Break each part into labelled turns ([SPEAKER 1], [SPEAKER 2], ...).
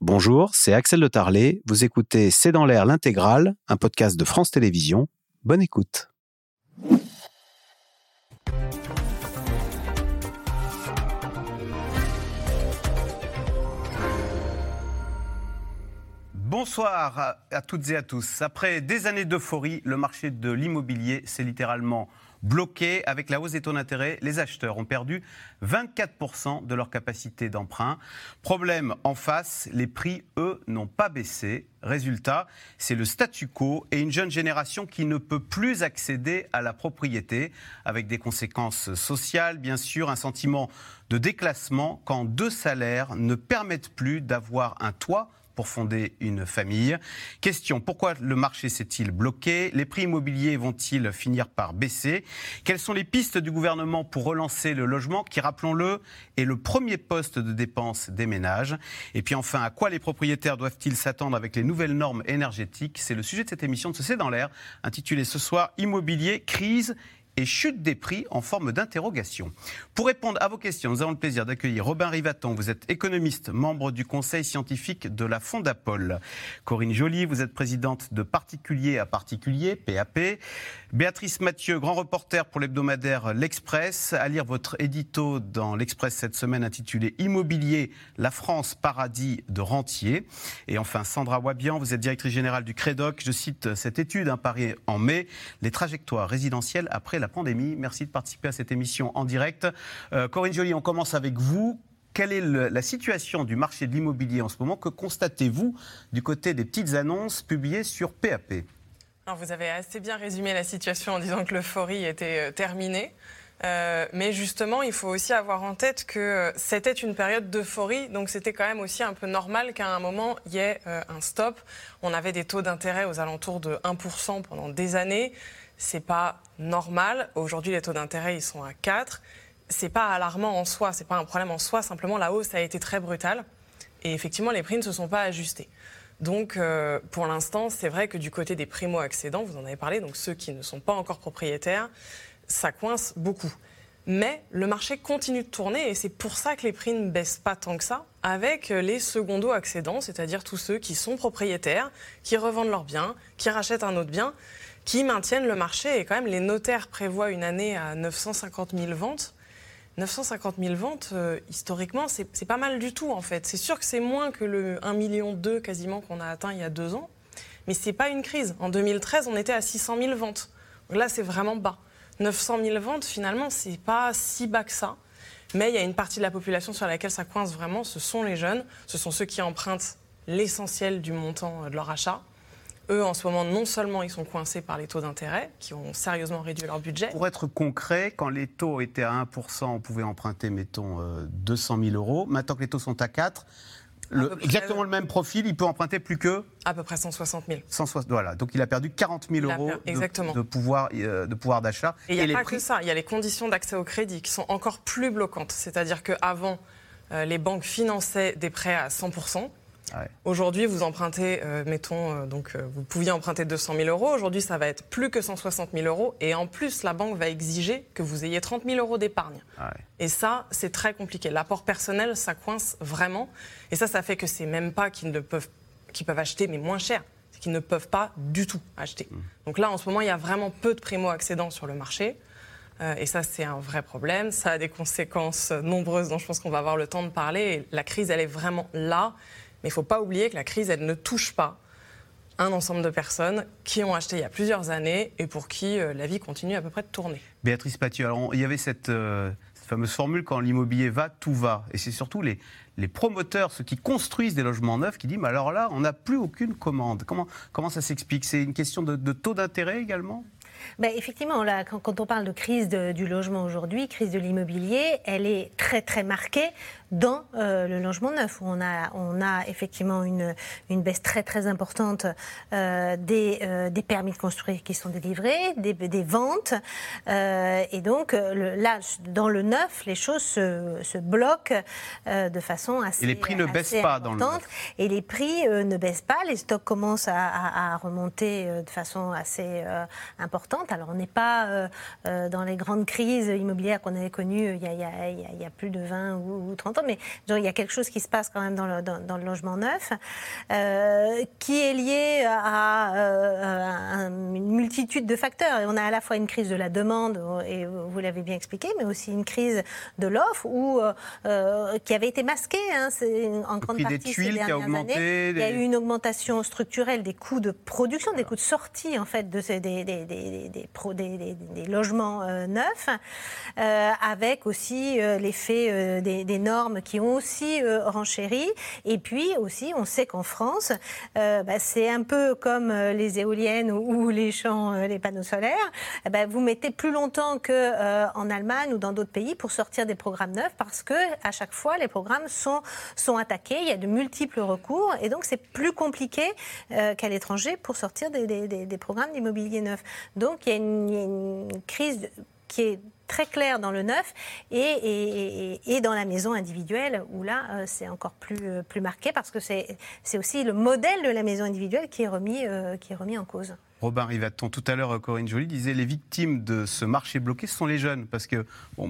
[SPEAKER 1] Bonjour, c'est Axel de Tarlet. Vous écoutez C'est dans l'air l'intégrale, un podcast de France Télévisions. Bonne écoute. Bonsoir à toutes et à tous. Après des années d'euphorie, le marché de l'immobilier s'est littéralement bloqué. Avec la hausse des taux d'intérêt, les acheteurs ont perdu 24% de leur capacité d'emprunt. Problème en face, les prix, eux, n'ont pas baissé. Résultat, c'est le statu quo et une jeune génération qui ne peut plus accéder à la propriété, avec des conséquences sociales, bien sûr, un sentiment de déclassement quand deux salaires ne permettent plus d'avoir un toit pour fonder une famille. Question, pourquoi le marché s'est-il bloqué ? Les prix immobiliers vont-ils finir par baisser ? Quelles sont les pistes du gouvernement pour relancer le logement qui, rappelons-le, est le premier poste de dépense des ménages ? Et puis enfin, à quoi les propriétaires doivent-ils s'attendre avec les nouvelles normes énergétiques ? C'est le sujet de cette émission de C'est dans l'air, intitulée ce soir « Immobilier, crise » et chute des prix en forme d'interrogation. Pour répondre à vos questions, nous avons le plaisir d'accueillir Robin Rivaton. Vous êtes économiste, membre du conseil scientifique de la Fondapol. Corinne Joly, vous êtes présidente de Particulier à Particulier, PAP. Béatrice Mathieu, grand reporter pour l'hebdomadaire L'Express. À lire votre édito dans L'Express cette semaine intitulé « Immobilier, la France, paradis de rentiers ». Et enfin, Sandra Wabian, vous êtes directrice générale du Crédoc. Je cite cette étude parue en mai, les trajectoires résidentielles après la pandémie. Merci de participer à cette émission en direct. Corinne Joly, on commence avec vous. Quelle est la situation du marché de l'immobilier en ce moment ? Que constatez-vous du côté des petites annonces publiées sur PAP ?
[SPEAKER 2] Alors, vous avez assez bien résumé la situation en disant que l'euphorie était terminée. Mais justement, il faut aussi avoir en tête que c'était une période d'euphorie, donc c'était quand même aussi un peu normal qu'à un moment, il y ait un stop. On avait des taux d'intérêt aux alentours de 1% pendant des années. C'est pas normal. Aujourd'hui, les taux d'intérêt, ils sont à 4. C'est pas alarmant en soi, c'est pas un problème en soi. Simplement, la hausse a été très brutale. Et effectivement, les prix ne se sont pas ajustés. Donc, pour l'instant, c'est vrai que du côté des primo-accédants, vous en avez parlé, donc ceux qui ne sont pas encore propriétaires, ça coince beaucoup. Mais le marché continue de tourner et c'est pour ça que les prix ne baissent pas tant que ça avec les secondo-accédants, c'est-à-dire tous ceux qui sont propriétaires, qui revendent leurs biens, qui rachètent un autre bien, qui maintiennent le marché. Et quand même, les notaires prévoient une année à 950 000 ventes. 950 000 ventes, historiquement, c'est pas mal du tout, en fait. C'est sûr que c'est moins que le 1,2 million quasiment qu'on a atteint il y a 2 ans, mais c'est pas une crise. En 2013, on était à 600 000 ventes. Donc là, c'est vraiment bas. 900 000 ventes, finalement, c'est pas si bas que ça. Mais il y a une partie de la population sur laquelle ça coince vraiment, ce sont les jeunes. Ce sont ceux qui empruntent l'essentiel du montant de leur achat. Eux, en ce moment, non seulement ils sont coincés par les taux d'intérêt, qui ont sérieusement réduit leur budget.
[SPEAKER 1] Pour être concret, quand les taux étaient à 1%, on pouvait emprunter, mettons, 200 000 euros. Maintenant que les taux sont à 4, exactement le même profil, il peut emprunter plus que
[SPEAKER 2] à peu près 160 000.
[SPEAKER 1] Voilà, donc il a perdu 40 000 euros de pouvoir d'achat.
[SPEAKER 2] Et il n'y a pas que ça, il y a les conditions d'accès au crédit qui sont encore plus bloquantes. C'est-à-dire qu'avant, les banques finançaient des prêts à 100%. Ah ouais. Aujourd'hui, vous empruntez, vous pouviez emprunter 200 000 euros. Aujourd'hui, ça va être plus que 160 000 euros. Et en plus, la banque va exiger que vous ayez 30 000 euros d'épargne. Ah ouais. Et ça, c'est très compliqué. L'apport personnel, ça coince vraiment. Et ça fait que c'est même pas qu'ils peuvent acheter, mais moins cher. C'est qu'ils ne peuvent pas du tout acheter. Donc là, en ce moment, il y a vraiment peu de primo-accédants sur le marché. Et ça, c'est un vrai problème. Ça a des conséquences nombreuses dont je pense qu'on va avoir le temps de parler. Et la crise, elle est vraiment là. Mais il ne faut pas oublier que la crise, elle ne touche pas un ensemble de personnes qui ont acheté il y a plusieurs années et pour qui la vie continue à peu près de tourner.
[SPEAKER 1] Béatrice Mathieu, alors il y avait cette fameuse formule, quand l'immobilier va, tout va. Et c'est surtout les promoteurs, ceux qui construisent des logements neufs, qui disent mais alors là, on n'a plus aucune commande. Comment ça s'explique ? C'est une question de taux d'intérêt également ?
[SPEAKER 3] Effectivement, là, quand on parle de crise du logement aujourd'hui, crise de l'immobilier, elle est très très marquée dans le logement neuf, où on a effectivement une baisse très très importante des permis de construire qui sont délivrés, des ventes, et donc là, dans le neuf, les choses se bloquent de façon assez importante.
[SPEAKER 1] Et les prix ne baissent pas dans le neuf.
[SPEAKER 3] Et les prix ne baissent pas, les stocks commencent à remonter de façon assez importante. Alors on n'est pas dans les grandes crises immobilières qu'on avait connues il y a plus de 20 ou 30 ans. entendre, mais il y a quelque chose qui se passe quand même dans le logement neuf, qui est lié à une multitude de facteurs. Et on a à la fois une crise de la demande, et vous l'avez bien expliqué, mais aussi une crise de l'offre qui avait été masquée en grande partie ces dernières années. Il y a eu une augmentation structurelle des coûts de production, des coûts de sortie en fait des logements neufs, avec aussi l'effet des normes qui ont aussi renchéri. Et puis aussi, on sait qu'en France, c'est un peu comme les éoliennes ou les champs, les panneaux solaires. Vous mettez plus longtemps qu'en Allemagne ou dans d'autres pays pour sortir des programmes neufs parce que à chaque fois, les programmes sont attaqués. Il y a de multiples recours et donc c'est plus compliqué qu'à l'étranger pour sortir des programmes d'immobilier neuf. Donc il y a une crise qui est très claire dans le neuf et dans la maison individuelle où là c'est encore plus marqué parce que c'est aussi le modèle de la maison individuelle qui est remis en cause.
[SPEAKER 1] Robin Rivaton, tout à l'heure Corinne Joly disait les victimes de ce marché bloqué ce sont les jeunes parce que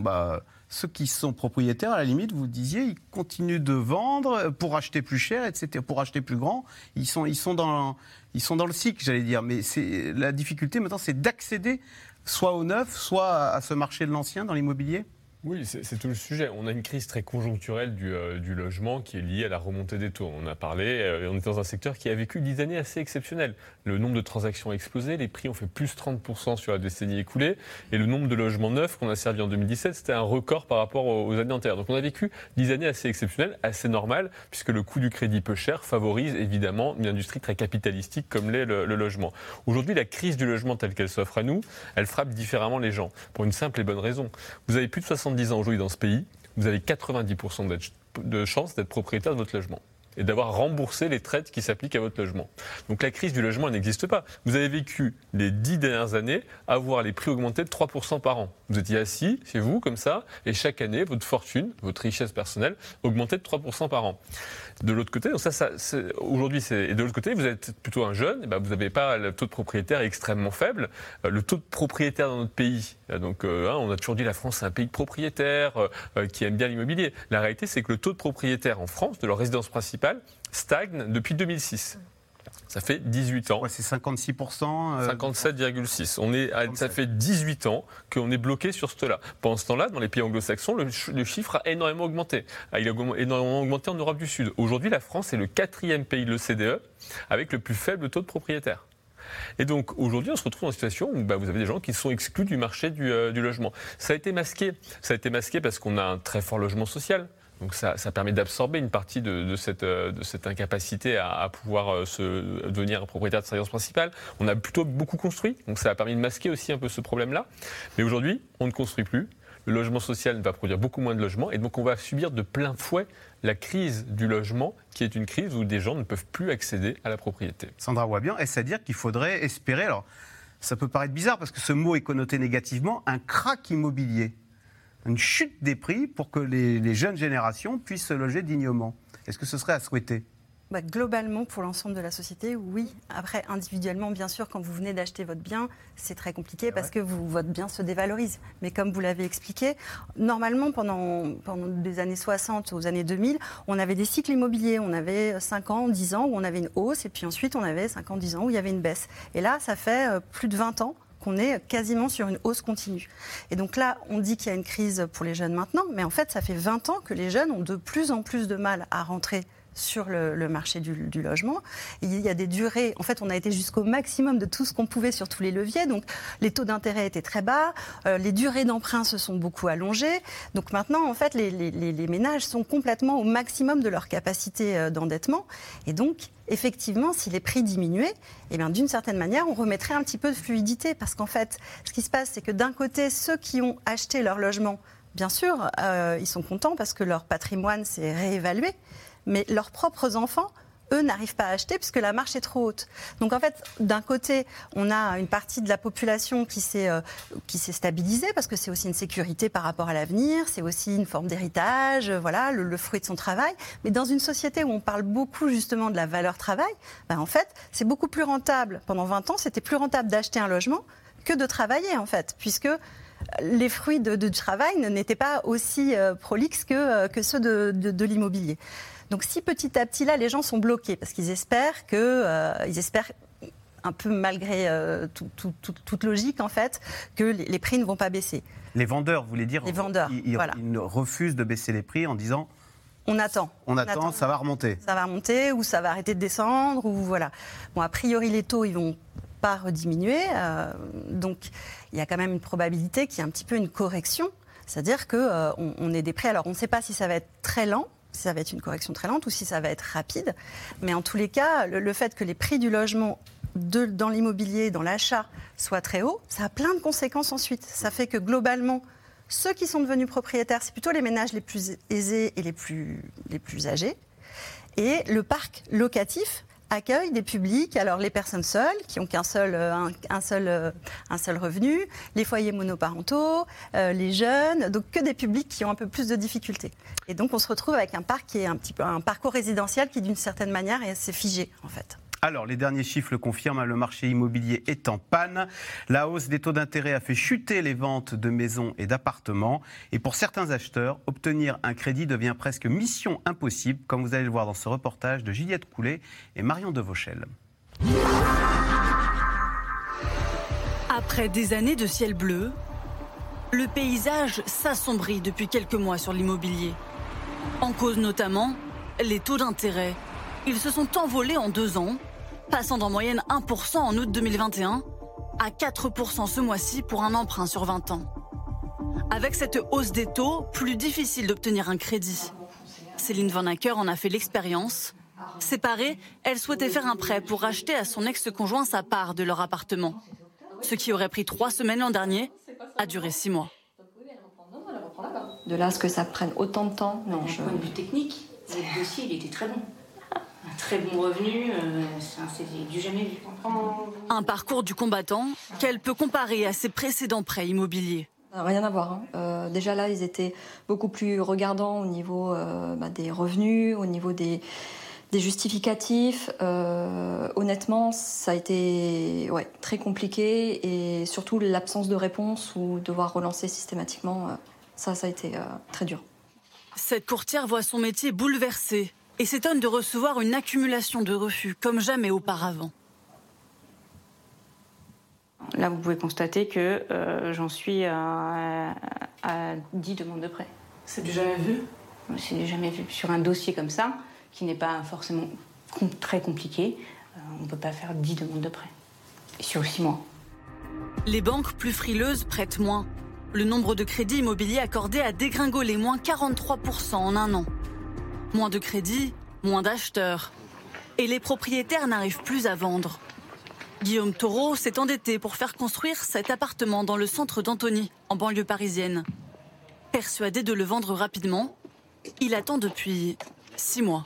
[SPEAKER 1] ceux qui sont propriétaires, à la limite, vous disiez, ils continuent de vendre pour acheter plus cher, etc., pour acheter plus grand. Ils sont dans le cycle, j'allais dire. Mais la difficulté maintenant, c'est d'accéder soit au neuf, soit à ce marché de l'ancien dans l'immobilier.
[SPEAKER 4] Oui, c'est tout le sujet. On a une crise très conjoncturelle du logement qui est liée à la remontée des taux. On en a parlé, on est dans un secteur qui a vécu 10 années assez exceptionnelles. Le nombre de transactions a explosé, les prix ont fait plus 30% sur la décennie écoulée, et le nombre de logements neufs qu'on a servi en 2017, c'était un record par rapport aux années antérieures. Donc on a vécu 10 années assez exceptionnelles, assez normales, puisque le coût du crédit peu cher favorise évidemment une industrie très capitalistique comme l'est le logement. Aujourd'hui, la crise du logement telle qu'elle s'offre à nous, elle frappe différemment les gens, pour une simple et bonne raison. Vous avez plus de 70 ans aujourd'hui dans ce pays, vous avez 90% de chances d'être propriétaire de votre logement et d'avoir remboursé les traites qui s'appliquent à votre logement. Donc la crise du logement, elle n'existe pas. Vous avez vécu les 10 dernières années à voir les prix augmenter de 3% par an. Vous étiez assis chez vous, comme ça, et chaque année, votre fortune, votre richesse personnelle augmentait de 3% par an. De l'autre côté, donc aujourd'hui, et de l'autre côté, vous êtes plutôt un jeune, et vous n'avez pas le taux de propriétaire extrêmement faible. Le taux de propriétaire dans notre pays, donc on a toujours dit la France c'est un pays de propriétaires qui aime bien l'immobilier. La réalité, c'est que le taux de propriétaire en France, de leur résidence principale, stagne depuis 2006. Ça fait 18 ans.
[SPEAKER 1] Ouais, c'est 56%.
[SPEAKER 4] 57,6. Ça fait 18 ans qu'on est bloqué sur ce taux-là. Pendant ce temps-là, dans les pays anglo-saxons, le chiffre a énormément augmenté. Il a énormément augmenté en Europe du Sud. Aujourd'hui, la France est le 4e pays de l'OCDE avec le plus faible taux de propriétaires. Et donc aujourd'hui, on se retrouve dans une situation où vous avez des gens qui sont exclus du marché du logement. Ça a été masqué. Ça a été masqué parce qu'on a un très fort logement social. Donc ça permet d'absorber une partie de cette incapacité à pouvoir devenir un propriétaire de sa résidence principale. On a plutôt beaucoup construit, donc ça a permis de masquer aussi un peu ce problème-là. Mais aujourd'hui, on ne construit plus. Le logement social va produire beaucoup moins de logements et donc on va subir de plein fouet la crise du logement, qui est une crise où des gens ne peuvent plus accéder à la propriété.
[SPEAKER 1] Sandra Wabian, est-ce à dire qu'il faudrait espérer, alors ça peut paraître bizarre parce que ce mot est connoté négativement, un krach immobilier, une chute des prix pour que les jeunes générations puissent se loger dignement. Est-ce que ce serait à souhaiter ?
[SPEAKER 5] Globalement, pour l'ensemble de la société, oui. Après, individuellement, bien sûr, quand vous venez d'acheter votre bien, c'est très compliqué parce que votre bien se dévalorise. Mais comme vous l'avez expliqué, normalement, pendant des années 60 aux années 2000, on avait des cycles immobiliers. On avait 5 ans, 10 ans où on avait une hausse et puis ensuite on avait 5 ans, 10 ans où il y avait une baisse. Et là, ça fait plus de 20 ans qu'on est quasiment sur une hausse continue. Et donc là, on dit qu'il y a une crise pour les jeunes maintenant, mais en fait, ça fait 20 ans que les jeunes ont de plus en plus de mal à rentrer sur le marché du logement. Il y a des durées, en fait on a été jusqu'au maximum de tout ce qu'on pouvait sur tous les leviers, donc les taux d'intérêt étaient très bas, les durées d'emprunt se sont beaucoup allongées, donc maintenant en fait les ménages sont complètement au maximum de leur capacité d'endettement, et donc effectivement si les prix diminuaient, d'une certaine manière on remettrait un petit peu de fluidité, parce qu'en fait ce qui se passe c'est que d'un côté ceux qui ont acheté leur logement, bien sûr ils sont contents parce que leur patrimoine s'est réévalué, mais leurs propres enfants, eux, n'arrivent pas à acheter puisque la marche est trop haute. Donc en fait, d'un côté, on a une partie de la population qui s'est stabilisée parce que c'est aussi une sécurité par rapport à l'avenir, c'est aussi une forme d'héritage, voilà, le fruit de son travail. Mais dans une société où on parle beaucoup justement de la valeur travail, en fait, c'est beaucoup plus rentable. Pendant 20 ans, c'était plus rentable d'acheter un logement que de travailler en fait, puisque les fruits de travail n'étaient pas aussi prolixes que ceux de l'immobilier. Donc si petit à petit, là, les gens sont bloqués parce qu'ils espèrent un peu malgré toute logique, en fait, que les prix ne vont pas baisser.
[SPEAKER 1] Les vendeurs, vous voulez dire,
[SPEAKER 5] les vendeurs, voilà.
[SPEAKER 1] Ils refusent de baisser les prix en disant...
[SPEAKER 5] On attend,
[SPEAKER 1] ça va remonter.
[SPEAKER 5] Ça va remonter ou ça va arrêter de descendre, ou voilà. Bon, a priori, les taux, ils vont pas rediminuer, donc il y a quand même une probabilité qu'il y ait un petit peu une correction, c'est-à-dire qu'on ait des prix, alors on ne sait pas si ça va être très lent, si ça va être une correction très lente ou si ça va être rapide, mais en tous les cas, le fait que les prix du logement dans l'immobilier, dans l'achat, soient très hauts, ça a plein de conséquences ensuite. Ça fait que globalement, ceux qui sont devenus propriétaires, c'est plutôt les ménages les plus aisés et les plus âgés, et le parc locatif accueille des publics, alors les personnes seules, qui n'ont qu'un seul revenu, les foyers monoparentaux, les jeunes, donc que des publics qui ont un peu plus de difficultés. Et donc on se retrouve avec un parc qui est un petit peu un parcours résidentiel qui d'une certaine manière est assez figé en fait.
[SPEAKER 1] Alors, les derniers chiffres le confirment, le marché immobilier est en panne. La hausse des taux d'intérêt a fait chuter les ventes de maisons et d'appartements. Et pour certains acheteurs, obtenir un crédit devient presque mission impossible, comme vous allez le voir dans ce reportage de Juliette Coulet et Marion Devauchel.
[SPEAKER 6] Après des années de ciel bleu, le paysage s'assombrit depuis quelques mois sur l'immobilier. En cause notamment les taux d'intérêt. Ils se sont envolés en 2 ans, passant d'en moyenne 1% en août 2021 à 4% ce mois-ci pour un emprunt sur 20 ans. Avec cette hausse des taux, plus difficile d'obtenir un crédit. Céline Van Acker en a fait l'expérience. Séparée, elle souhaitait faire un prêt pour racheter à son ex-conjoint sa part de leur appartement. Ce qui aurait pris 3 semaines l'an dernier a duré 6 mois.
[SPEAKER 7] De là à ce que ça prenne autant de temps, non.
[SPEAKER 8] Du point de vue technique, le dossier il était très bon. Un très bon revenu, c'est du jamais vu.
[SPEAKER 6] Un parcours du combattant qu'elle peut comparer à ses précédents prêts immobiliers.
[SPEAKER 7] Rien à voir. Déjà là, ils étaient beaucoup plus regardants au niveau des revenus, au niveau des justificatifs. Honnêtement, ça a été très compliqué et surtout l'absence de réponse ou devoir relancer systématiquement, ça a été très dur.
[SPEAKER 6] Cette courtière voit son métier bouleversé et s'étonne de recevoir une accumulation de refus comme jamais auparavant.
[SPEAKER 8] Là, vous pouvez constater que j'en suis à 10 demandes de prêt.
[SPEAKER 2] C'est du jamais vu ?
[SPEAKER 8] C'est du jamais vu. Sur un dossier comme ça, qui n'est pas forcément très compliqué, on ne peut pas faire 10 demandes de prêt. Et sur 6 mois.
[SPEAKER 6] Les banques plus frileuses prêtent moins. Le nombre de crédits immobiliers accordés a dégringolé, moins 43% en 1 an. Moins de crédits, moins d'acheteurs. Et les propriétaires n'arrivent plus à vendre. Guillaume Taureau s'est endetté pour faire construire cet appartement dans le centre d'Antony, en banlieue parisienne. Persuadé de le vendre rapidement, il attend depuis 6 mois.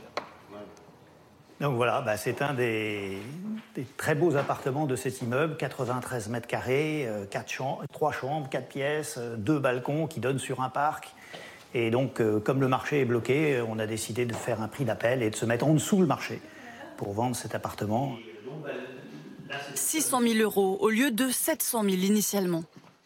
[SPEAKER 9] Donc voilà, c'est un des très beaux appartements de cet immeuble, 93 mètres carrés, 3 chambres, 4 pièces, 2 balcons qui donnent sur un parc. Et donc, comme le marché est bloqué, on a décidé de faire un prix d'appel et de se mettre en dessous le marché pour vendre cet appartement.
[SPEAKER 6] 600 000 € au lieu de 700 000 initialement.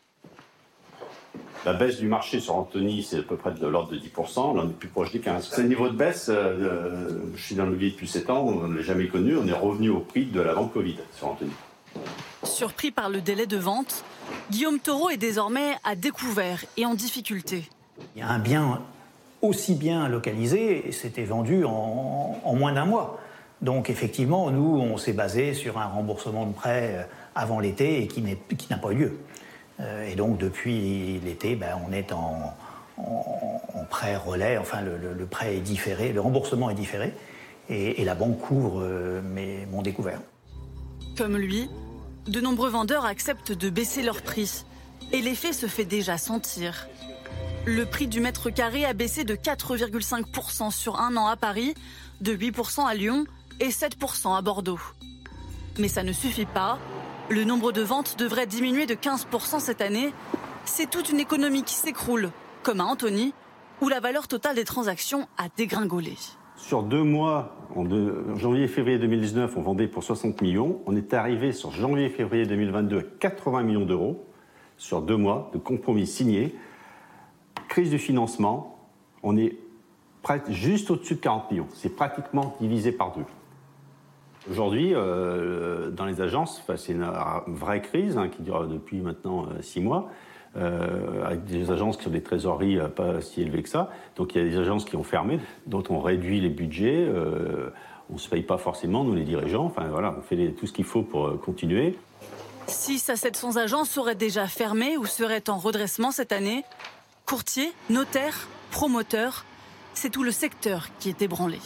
[SPEAKER 10] La baisse du marché sur Antony, c'est à peu près de l'ordre de 10%. Là, on est plus proche des 15%. Ce niveau de baisse, je suis dans l'immobilier depuis 7 ans, on ne l'a jamais connu. On est revenu au prix de l'avant-Covid sur Antony.
[SPEAKER 6] Surpris par le délai de vente, Guillaume Taureau est désormais à découvert et en difficulté.
[SPEAKER 9] Il y a un bien aussi bien localisé et c'était vendu en moins d'1 mois. Donc effectivement, nous, on s'est basé sur un remboursement de prêt avant l'été et qui n'a pas eu lieu. Et donc depuis l'été, on est en prêt relais, enfin le prêt est différé, le remboursement est différé et la banque couvre mon découvert.
[SPEAKER 6] Comme lui, de nombreux vendeurs acceptent de baisser leur prix et l'effet se fait déjà sentir. Le prix du mètre carré a baissé de 4,5% sur 1 an à Paris, de 8% à Lyon et 7% à Bordeaux. Mais ça ne suffit pas. Le nombre de ventes devrait diminuer de 15% cette année. C'est toute une économie qui s'écroule, comme à Antony, où la valeur totale des transactions a dégringolé.
[SPEAKER 10] Sur 2 mois, en janvier et février 2019, on vendait pour 60 millions. On est arrivé sur janvier et février 2022 à 80 millions d'euros. sur 2 mois de compromis signés. Crise du financement, on est juste au-dessus de 40 millions. C'est pratiquement divisé par 2. Aujourd'hui, dans les agences, c'est une vraie crise qui dure depuis maintenant 6 mois, avec des agences qui ont des trésoreries pas si élevées que ça. Donc il y a des agences qui ont fermé, d'autres ont réduit les budgets. On ne se paye pas forcément, nous les dirigeants. Enfin voilà, on fait tout ce qu'il faut pour continuer.
[SPEAKER 6] 6 à 700 agences seraient déjà fermées ou seraient en redressement cette année. Courtiers, notaires, promoteurs, c'est tout le secteur qui est ébranlé.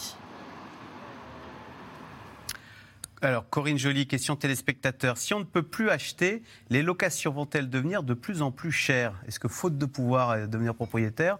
[SPEAKER 1] Alors, Corinne Joly, question téléspectateur. Si on ne peut plus acheter, les locations vont-elles devenir de plus en plus chères ? Est-ce que, faute de pouvoir devenir propriétaire,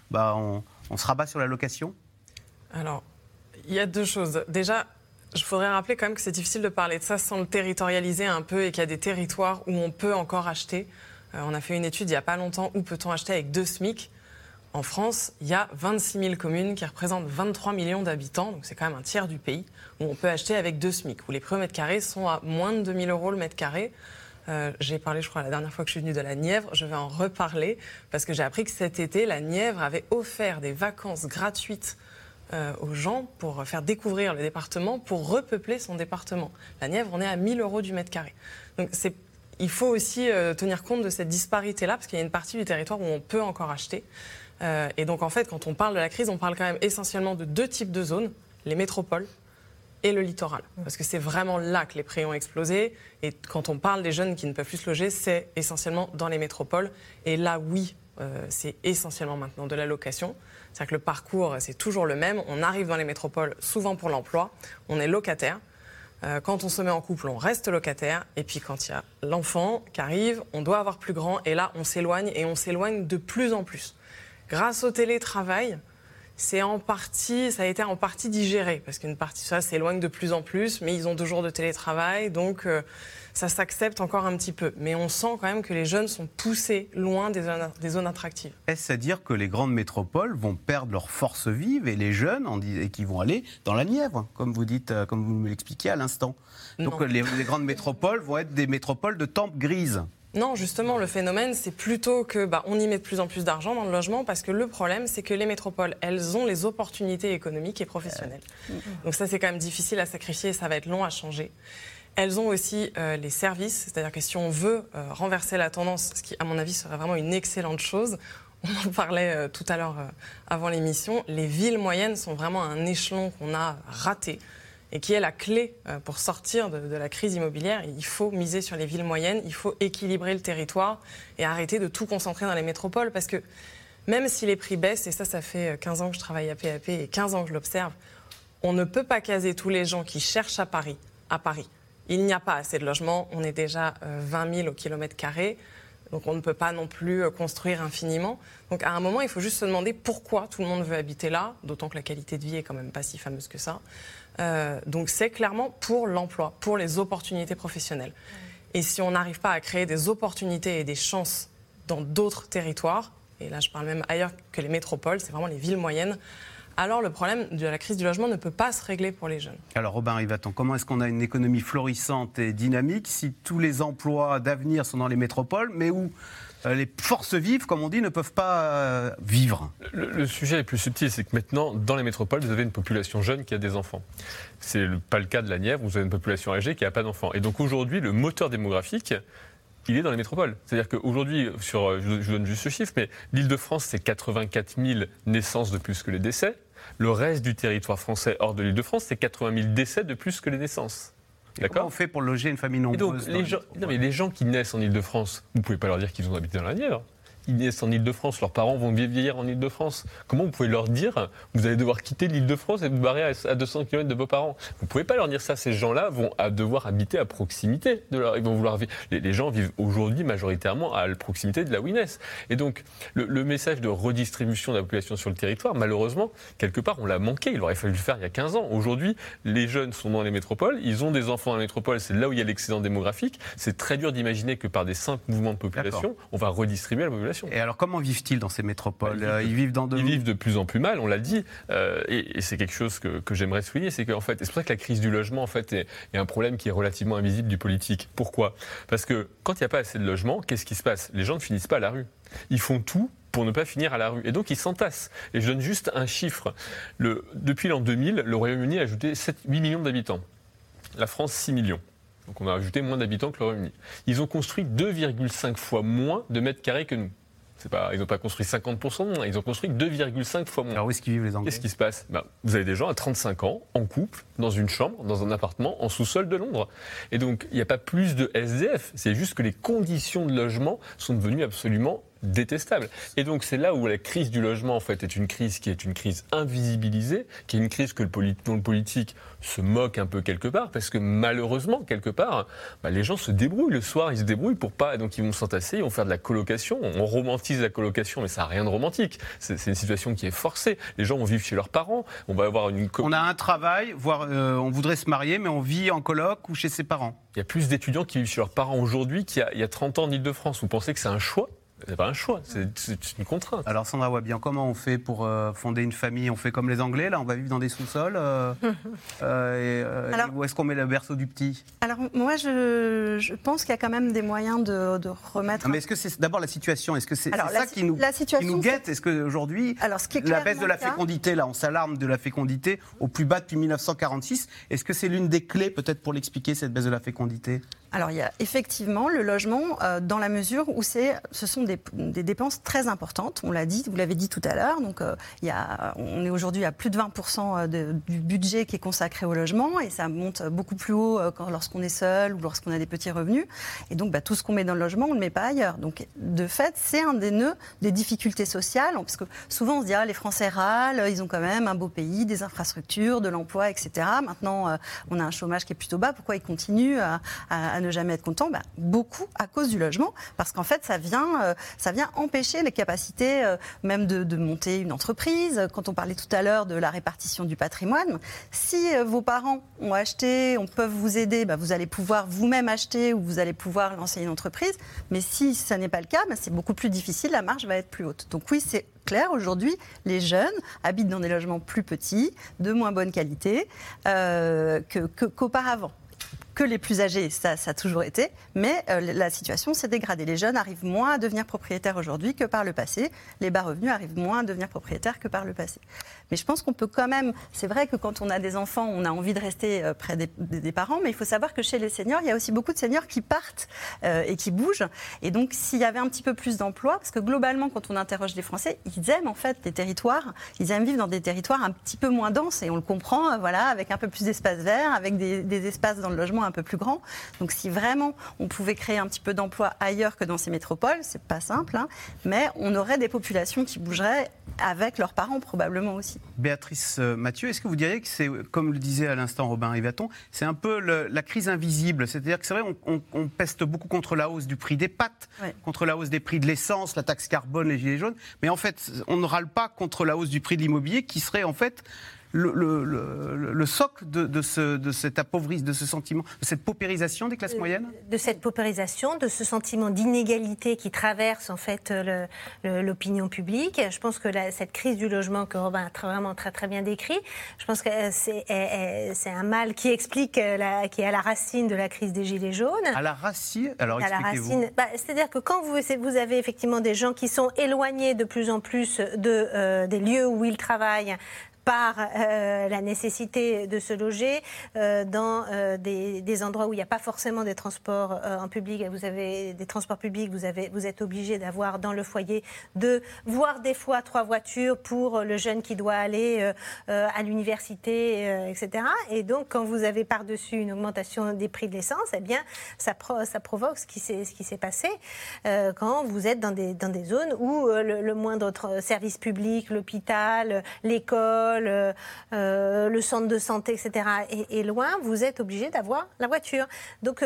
[SPEAKER 1] on se rabat sur la location ?
[SPEAKER 2] Alors, il y a 2 choses. Déjà, je voudrais rappeler quand même que c'est difficile de parler de ça sans le territorialiser un peu et qu'il y a des territoires où on peut encore acheter. On a fait une étude il n'y a pas longtemps, où peut-on acheter avec 2 SMIC ? En France, il y a 26 000 communes qui représentent 23 millions d'habitants, donc c'est quand même un tiers du pays, où on peut acheter avec 2 SMIC, où les prix au mètre carré sont à moins de 2 000 € le mètre carré. J'ai parlé, je crois, la dernière fois que je suis venue de la Nièvre, je vais en reparler, parce que j'ai appris que cet été, la Nièvre avait offert des vacances gratuites aux gens pour faire découvrir le département, pour repeupler son département. La Nièvre, on est à 1 000 € du mètre carré. Donc il faut aussi tenir compte de cette disparité-là, parce qu'il y a une partie du territoire où on peut encore acheter. Et donc, en fait, quand on parle de la crise, on parle quand même essentiellement de 2 types de zones, les métropoles et le littoral. Parce que c'est vraiment là que les prix ont explosé. Et quand on parle des jeunes qui ne peuvent plus se loger, c'est essentiellement dans les métropoles. Et là, oui, c'est essentiellement maintenant de la location. C'est-à-dire que le parcours, c'est toujours le même. On arrive dans les métropoles souvent pour l'emploi. On est locataire. Quand on se met en couple, on reste locataire. Et puis quand il y a l'enfant qui arrive, on doit avoir plus grand. Et là, on s'éloigne et on s'éloigne de plus en plus. Grâce au télétravail, ça a été en partie digéré, parce qu'une partie de ça s'éloigne de plus en plus, mais ils ont 2 jours de télétravail, donc ça s'accepte encore un petit peu. Mais on sent quand même que les jeunes sont poussés loin des zones attractives.
[SPEAKER 1] Est-ce à dire que les grandes métropoles vont perdre leur force vive et les jeunes et qui vont aller dans la Nièvre, comme vous dites, comme vous me l'expliquiez à l'instant ? Donc les grandes métropoles vont être des métropoles de tempes grises.
[SPEAKER 2] Non, justement, le phénomène, c'est plutôt que on y met de plus en plus d'argent dans le logement, parce que le problème, c'est que les métropoles, elles ont les opportunités économiques et professionnelles. Donc ça, c'est quand même difficile à sacrifier, ça va être long à changer. Elles ont aussi les services, c'est-à-dire que si on veut renverser la tendance, ce qui, à mon avis, serait vraiment une excellente chose, on en parlait tout à l'heure avant l'émission, les villes moyennes sont vraiment un échelon qu'on a raté, et qui est la clé pour sortir de la crise immobilière. Il faut miser sur les villes moyennes, il faut équilibrer le territoire et arrêter de tout concentrer dans les métropoles, parce que même si les prix baissent, et ça fait 15 ans que je travaille à PAP et 15 ans que je l'observe, on ne peut pas caser tous les gens qui cherchent à Paris. Il n'y a pas assez de logements, on est déjà 20 000 au kilomètre carré, donc on ne peut pas non plus construire infiniment. Donc à un moment, il faut juste se demander pourquoi tout le monde veut habiter là, d'autant que la qualité de vie est quand même pas si fameuse que ça. Donc c'est clairement pour l'emploi, pour les opportunités professionnelles. Et si on n'arrive pas à créer des opportunités et des chances dans d'autres territoires, et là je parle même ailleurs que les métropoles, c'est vraiment les villes moyennes, alors le problème de la crise du logement ne peut pas se régler pour les jeunes.
[SPEAKER 1] Alors Robin Rivaton, comment est-ce qu'on a une économie florissante et dynamique si tous les emplois d'avenir sont dans les métropoles, mais où les forces vives, comme on dit, ne peuvent pas vivre?
[SPEAKER 4] Le sujet est plus subtil, c'est que maintenant, dans les métropoles, vous avez une population jeune qui a des enfants. C'est pas le cas de la Nièvre, où vous avez une population âgée qui n'a pas d'enfants. Et donc aujourd'hui, le moteur démographique, il est dans les métropoles. C'est-à-dire qu'aujourd'hui, je donne juste ce chiffre, mais l'Île-de-France, c'est 84 000 naissances de plus que les décès. Le reste du territoire français hors de l'Île-de-France, c'est 80 000 décès de plus que les naissances.
[SPEAKER 1] D'accord. Comment on fait pour loger une famille nombreuse?
[SPEAKER 4] Les gens qui naissent en Île-de-France, vous ne pouvez pas leur dire qu'ils ont habité dans la Nièvre. Ils naissent en Île-de-France, leurs parents vont vieillir en Île-de-France. Comment vous pouvez leur dire vous allez devoir quitter l'Île-de-France et vous barrer à 200 km de vos parents? Vous ne pouvez pas leur dire ça. Ces gens-là vont devoir habiter à proximité de leur. Ils vont vouloir vivre. Les gens vivent aujourd'hui majoritairement à la proximité de là où ils naissent. Et donc le message de redistribution de la population sur le territoire, malheureusement, quelque part, on l'a manqué. Il aurait fallu le faire il y a 15 ans. Aujourd'hui, les jeunes sont dans les métropoles, ils ont des enfants dans les métropoles, c'est là où il y a l'excédent démographique. C'est très dur d'imaginer que par des simples mouvements de population, on va redistribuer la population. situation.
[SPEAKER 1] Et alors, comment vivent-ils dans ces métropoles ? Ils vivent
[SPEAKER 4] de plus en plus mal, on l'a dit. Et c'est quelque chose que j'aimerais souligner, c'est qu'en fait, c'est pour ça que la crise du logement, en fait, est un problème qui est relativement invisible du politique. Pourquoi ? Parce que quand il n'y a pas assez de logements, qu'est-ce qui se passe ? Les gens ne finissent pas à la rue. Ils font tout pour ne pas finir à la rue. Et donc, ils s'entassent. Et je donne juste un chiffre. Depuis l'an 2000, le Royaume-Uni a ajouté 8 millions d'habitants. La France, 6 millions. Donc, on a ajouté moins d'habitants que le Royaume-Uni. Ils ont construit 2,5 fois moins de mètres carrés que nous. Ils n'ont pas construit 50%, ils ont construit 2,5 fois moins.
[SPEAKER 1] Alors où est-ce qu'ils vivent les Anglais ?
[SPEAKER 4] Qu'est-ce qui se passe ? Vous avez des gens à 35 ans, en couple, dans une chambre, dans un appartement, en sous-sol de Londres. Et donc, il n'y a pas plus de SDF. C'est juste que les conditions de logement sont devenues absolument détestable. Et donc c'est là où la crise du logement en fait est une crise qui est une crise invisibilisée, qui est une crise dont le politique se moque un peu quelque part, parce que malheureusement quelque part, les gens se débrouillent le soir, ils se débrouillent pour pas, donc ils vont s'entasser, ils vont faire de la colocation. On romantise la colocation, mais ça n'a rien de romantique. C'est une situation qui est forcée. Les gens vont vivre chez leurs parents. On va avoir on
[SPEAKER 1] a un travail, voire on voudrait se marier, mais on vit en coloc ou chez ses parents.
[SPEAKER 4] Il y a plus d'étudiants qui vivent chez leurs parents aujourd'hui qu'il y a 30 ans en Île-de-France. Vous pensez que c'est un choix ? C'est pas un choix, c'est une contrainte.
[SPEAKER 1] Alors Sandra Wabian, comment on fait pour fonder une famille ? On fait comme les Anglais, là, on va vivre dans des sous-sols où est-ce qu'on met le berceau du petit ?
[SPEAKER 5] Alors moi, je pense qu'il y a quand même des moyens de remettre...
[SPEAKER 1] Non, mais est-ce que c'est d'abord la situation ? Est-ce que c'est ça qui nous guette ? Est-ce qu'aujourd'hui, la baisse de la fécondité, là, on s'alarme de la fécondité au plus bas depuis 1946. Est-ce que c'est l'une des clés peut-être pour l'expliquer, cette baisse de la fécondité ?
[SPEAKER 5] Alors il y a effectivement le logement dans la mesure où ce sont des dépenses très importantes, on l'a dit, vous l'avez dit tout à l'heure, donc on est aujourd'hui à plus de 20% du budget qui est consacré au logement et ça monte beaucoup plus haut lorsqu'on est seul ou lorsqu'on a des petits revenus et donc tout ce qu'on met dans le logement on ne le met pas ailleurs. Donc de fait c'est un des nœuds des difficultés sociales parce que souvent on se dit les Français râlent, ils ont quand même un beau pays, des infrastructures, de l'emploi, etc. Maintenant on a un chômage qui est plutôt bas, pourquoi ils continuent à ne jamais être contents ? Beaucoup à cause du logement parce qu'en fait ça vient empêcher les capacités même de monter une entreprise. Quand on parlait tout à l'heure de la répartition du patrimoine, si vos parents ont acheté, peuvent vous aider, vous allez pouvoir vous-même acheter ou vous allez pouvoir lancer une entreprise. Mais si ça n'est pas le cas, c'est beaucoup plus difficile, la marge va être plus haute. Donc oui, c'est clair, aujourd'hui, les jeunes habitent dans des logements plus petits, de moins bonne qualité qu'auparavant. Que les plus âgés, ça a toujours été, mais la situation s'est dégradée. Les jeunes arrivent moins à devenir propriétaires aujourd'hui que par le passé. Les bas revenus arrivent moins à devenir propriétaires que par le passé. Mais je pense qu'on peut quand même... C'est vrai que quand on a des enfants, on a envie de rester près des parents, mais il faut savoir que chez les seniors, il y a aussi beaucoup de seniors qui partent et qui bougent. Et donc, s'il y avait un petit peu plus d'emplois, parce que globalement, quand on interroge les Français, ils aiment en fait les territoires, ils aiment vivre dans des territoires un petit peu moins denses, et on le comprend, avec un peu plus d'espace vert, avec des espaces dans le logement un peu plus grands. Donc, si vraiment on pouvait créer un petit peu d'emplois ailleurs que dans ces métropoles, c'est pas simple, mais on aurait des populations qui bougeraient avec leurs parents probablement aussi.
[SPEAKER 1] Béatrice Mathieu, est-ce que vous diriez que c'est, comme le disait à l'instant Robin Rivaton, c'est un peu la crise invisible ? C'est-à-dire que c'est vrai, on peste beaucoup contre la hausse du prix des pâtes, contre la hausse des prix de l'essence, la taxe carbone, les gilets jaunes, mais en fait, on ne râle pas contre la hausse du prix de l'immobilier qui serait en fait le socle de cet appauvrissement, de ce sentiment, de cette paupérisation des classes moyennes ?
[SPEAKER 3] De cette paupérisation, de ce sentiment d'inégalité qui traverse en fait l'opinion publique. Je pense que cette crise du logement que Robin a vraiment très très bien décrit, je pense que c'est un mal qui explique, qui est à la racine de la crise des Gilets jaunes.
[SPEAKER 1] À la racine ? Alors expliquez-vous.
[SPEAKER 3] C'est-à-dire que quand vous avez effectivement des gens qui sont éloignés de plus en plus des lieux où ils travaillent, par la nécessité de se loger dans des endroits où il n'y a pas forcément des transports en public. Vous avez des transports publics, vous êtes obligé d'avoir dans le foyer voire des fois 3 voitures pour le jeune qui doit aller à l'université, etc. Et donc, quand vous avez par-dessus une augmentation des prix de l'essence, eh bien, ça provoque ce qui s'est passé quand vous êtes dans des zones où le moindre service public, l'hôpital, l'école, l'école, le centre de santé, etc. est loin, vous êtes obligé d'avoir la voiture. Donc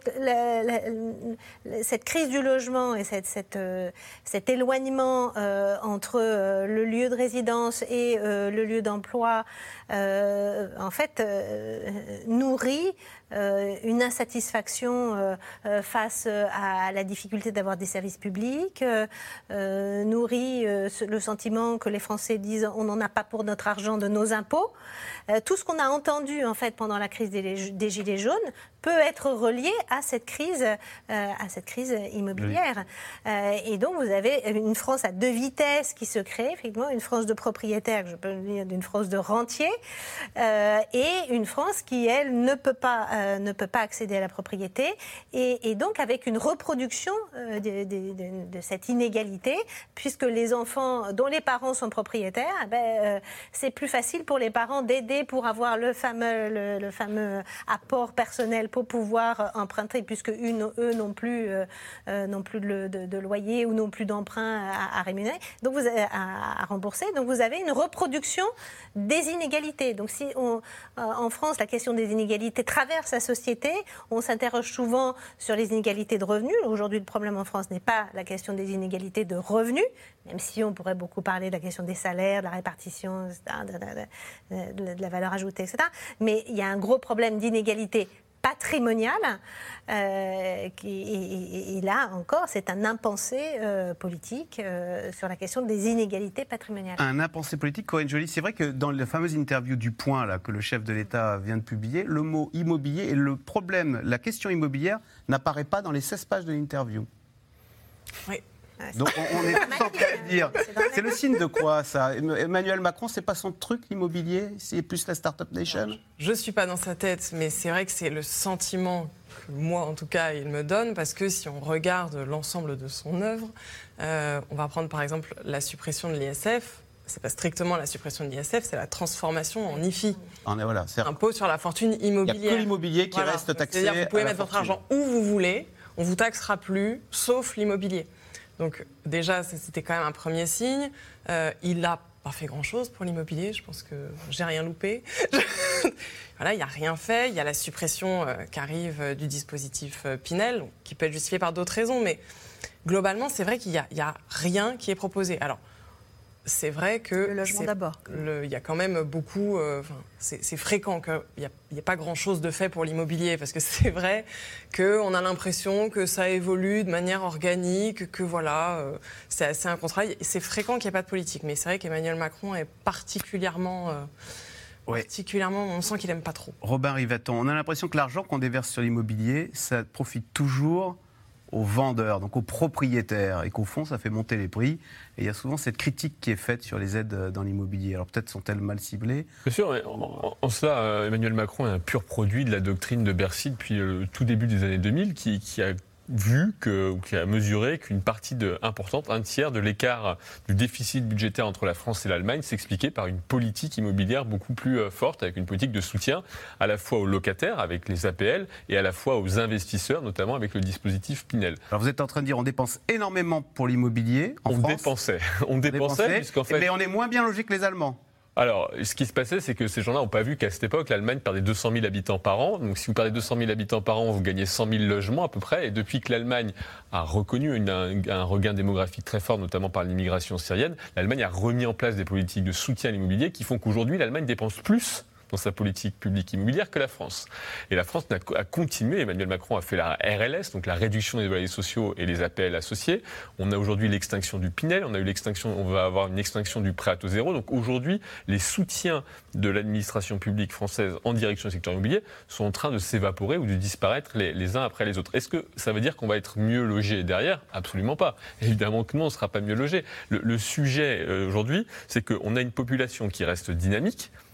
[SPEAKER 3] cette crise du logement et cet éloignement entre le lieu de résidence et le lieu d'emploi, en fait, nourrit une insatisfaction face à la difficulté d'avoir des services publics, nourrit le sentiment que les Français disent on n'en a pas pour notre argent de nos impôts. Tout ce qu'on a entendu en fait pendant la crise des Gilets jaunes peut être relié à cette crise immobilière. Oui. Et donc vous avez une France à deux vitesses qui se crée, effectivement, une France de propriétaires, je peux dire d'une France de rentiers, et une France qui, elle, ne peut pas accéder à la propriété, et donc avec une reproduction de cette inégalité, puisque les enfants dont les parents sont propriétaires, c'est plus facile pour les parents d'aider pour avoir le fameux apport personnel pour pouvoir emprunter, puisque eux n'ont plus de loyer ou n'ont plus d'emprunt à rémunérer, donc à rembourser. Donc vous avez une reproduction des inégalités. Donc si en France, la question des inégalités traverse la société, on s'interroge souvent sur les inégalités de revenus. Aujourd'hui, le problème en France n'est pas la question des inégalités de revenus, même si on pourrait beaucoup parler de la question des salaires, de la répartition, de la valeur ajoutée, etc. Mais il y a un gros problème d'inégalité patrimoniale, et là encore, c'est un impensé politique sur la question des inégalités patrimoniales.
[SPEAKER 1] Un impensé politique, Corinne Joly. C'est vrai que dans la fameuse interview du Point là, que le chef de l'État vient de publier, le mot immobilier et le problème, la question immobilière, n'apparaît pas dans les 16 pages de l'interview.
[SPEAKER 2] Oui.
[SPEAKER 1] Donc on est tous en train de dire, c'est le signe de quoi ça ? Emmanuel Macron, c'est pas son truc l'immobilier, c'est plus la Startup Nation ?
[SPEAKER 2] Je ne suis pas dans sa tête, mais c'est vrai que c'est le sentiment que moi, en tout cas, il me donne, parce que si on regarde l'ensemble de son œuvre, on va prendre par exemple la suppression de l'ISF. C'est pas strictement la suppression de l'ISF, c'est la transformation en IFI.
[SPEAKER 1] Voilà,
[SPEAKER 2] impôt sur la fortune immobilière.
[SPEAKER 1] Il n'y a que l'immobilier qui reste taxé.
[SPEAKER 2] C'est-à-dire que vous pouvez mettre votre argent où vous voulez, on ne vous taxera plus, sauf l'immobilier. Donc déjà, c'était quand même un premier signe. Il n'a pas fait grand-chose pour l'immobilier. Je pense que j'ai rien loupé. Voilà, il n'a rien fait. Il y a la suppression qui arrive du dispositif Pinel, qui peut être justifiée par d'autres raisons. Mais globalement, c'est vrai qu'il n'y a rien qui est proposé. Alors, c'est vrai que...
[SPEAKER 5] Le logement d'abord.
[SPEAKER 2] Il y a quand même beaucoup... c'est fréquent qu'il n'y ait pas grand-chose de fait pour l'immobilier, parce que c'est vrai qu'on a l'impression que ça évolue de manière organique, que voilà, c'est assez un contrat. C'est fréquent qu'il n'y ait pas de politique, mais c'est vrai qu'Emmanuel Macron est particulièrement, on sent qu'il n'aime pas trop.
[SPEAKER 1] Robin Rivaton, on a l'impression que l'argent qu'on déverse sur l'immobilier, ça profite toujours aux vendeurs, donc aux propriétaires, et qu'au fond, ça fait monter les prix. Et il y a souvent cette critique qui est faite sur les aides dans l'immobilier. Alors peut-être sont-elles mal ciblées ?
[SPEAKER 4] Bien sûr, en cela, Emmanuel Macron est un pur produit de la doctrine de Bercy depuis le tout début des années 2000, qui a qui a mesuré qu'une partie importante, un tiers de l'écart du déficit budgétaire entre la France et l'Allemagne s'expliquait par une politique immobilière beaucoup plus forte, avec une politique de soutien à la fois aux locataires, avec les APL, et à la fois aux investisseurs, notamment avec le dispositif Pinel.
[SPEAKER 1] Alors vous êtes en train de dire on dépense énormément pour l'immobilier en France.
[SPEAKER 4] On dépensait, puisqu'en fait...
[SPEAKER 1] Mais on est moins bien logé que les Allemands.
[SPEAKER 4] Alors, ce qui se passait, c'est que ces gens-là n'ont pas vu qu'à cette époque, l'Allemagne perdait 200 000 habitants par an. Donc, si vous perdez 200 000 habitants par an, vous gagnez 100 000 logements à peu près. Et depuis que l'Allemagne a reconnu un regain démographique très fort, notamment par l'immigration syrienne, l'Allemagne a remis en place des politiques de soutien à l'immobilier qui font qu'aujourd'hui, l'Allemagne dépense plus dans sa politique publique immobilière que la France. Et la France a continué, Emmanuel Macron a fait la RLS, donc la réduction des loyers sociaux et les APL associés. On a aujourd'hui l'extinction du Pinel, on va avoir une extinction du prêt à taux zéro. Donc aujourd'hui, les soutiens de l'administration publique française en direction du secteur immobilier sont en train de s'évaporer ou de disparaître les uns après les autres. Est-ce que ça veut dire qu'on va être mieux logé derrière ? Absolument pas. Évidemment que non, on ne sera pas mieux logé. Le sujet aujourd'hui, c'est qu'on a une population qui reste dynamique,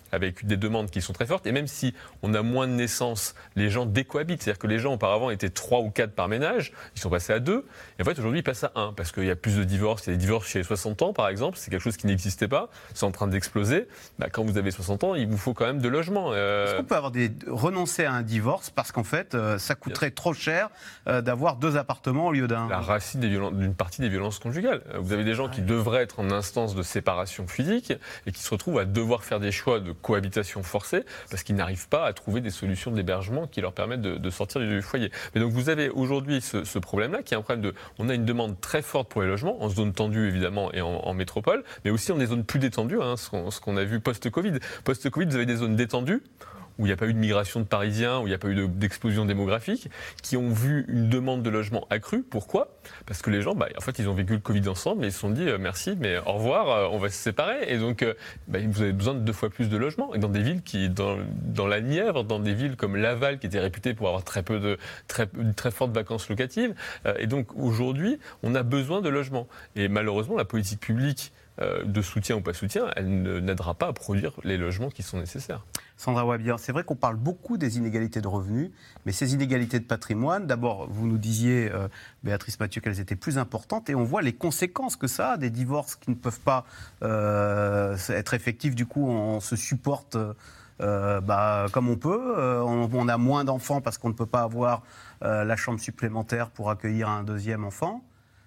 [SPEAKER 4] avec des demandes qui sont très fortes. Et même si on a moins de naissances, les gens décohabitent. C'est-à-dire que les gens, auparavant, étaient 3 ou 4 par ménage. Ils sont passés à 2. Et en fait, aujourd'hui, ils passent à 1. Parce qu'il y a plus de divorces. Il y a des divorces chez les 60 ans, par exemple. C'est quelque chose qui n'existait pas. C'est en train d'exploser. Quand vous avez 60 ans, il vous faut quand même de logement.
[SPEAKER 1] Est-ce qu'on peut renoncer à un divorce parce qu'en fait, ça coûterait trop cher d'avoir 2 appartements au lieu d'un?
[SPEAKER 4] La racine d'une partie des violences conjugales. Vous avez des gens qui devraient être en instance de séparation physique et qui se retrouvent à devoir faire des choix de cohabitation forcée parce qu'ils n'arrivent pas à trouver des solutions d'hébergement qui leur permettent de sortir du foyer. Mais donc vous avez aujourd'hui ce problème-là qui est un problème de... On a une demande très forte pour les logements, en zone tendue évidemment et en métropole, mais aussi en des zones plus détendues, ce qu'on a vu post-Covid. Post-Covid, vous avez des zones détendues où il n'y a pas eu de migration de Parisiens, où il n'y a pas eu d'explosion démographique, qui ont vu une demande de logement accrue. Pourquoi ? Parce que les gens, en fait, ils ont vécu le Covid ensemble et ils se sont dit merci, mais au revoir, on va se séparer. Et donc, vous avez besoin de 2 fois plus de logements. Et dans des villes dans la Nièvre, dans des villes comme Laval, qui étaient réputées pour avoir une très forte vacances locatives. Et donc, aujourd'hui, on a besoin de logements. Et malheureusement, la politique publique de soutien ou pas soutien, elle n'aidera pas à produire les logements qui sont nécessaires.
[SPEAKER 1] Sandra Wabian, c'est vrai qu'on parle beaucoup des inégalités de revenus, mais ces inégalités de patrimoine, d'abord, vous nous disiez, Béatrice Mathieu, qu'elles étaient plus importantes, et on voit les conséquences que ça a, des divorces qui ne peuvent pas être effectifs, du coup, on se supporte comme on peut, on a moins d'enfants parce qu'on ne peut pas avoir la chambre supplémentaire pour accueillir un 2e enfant.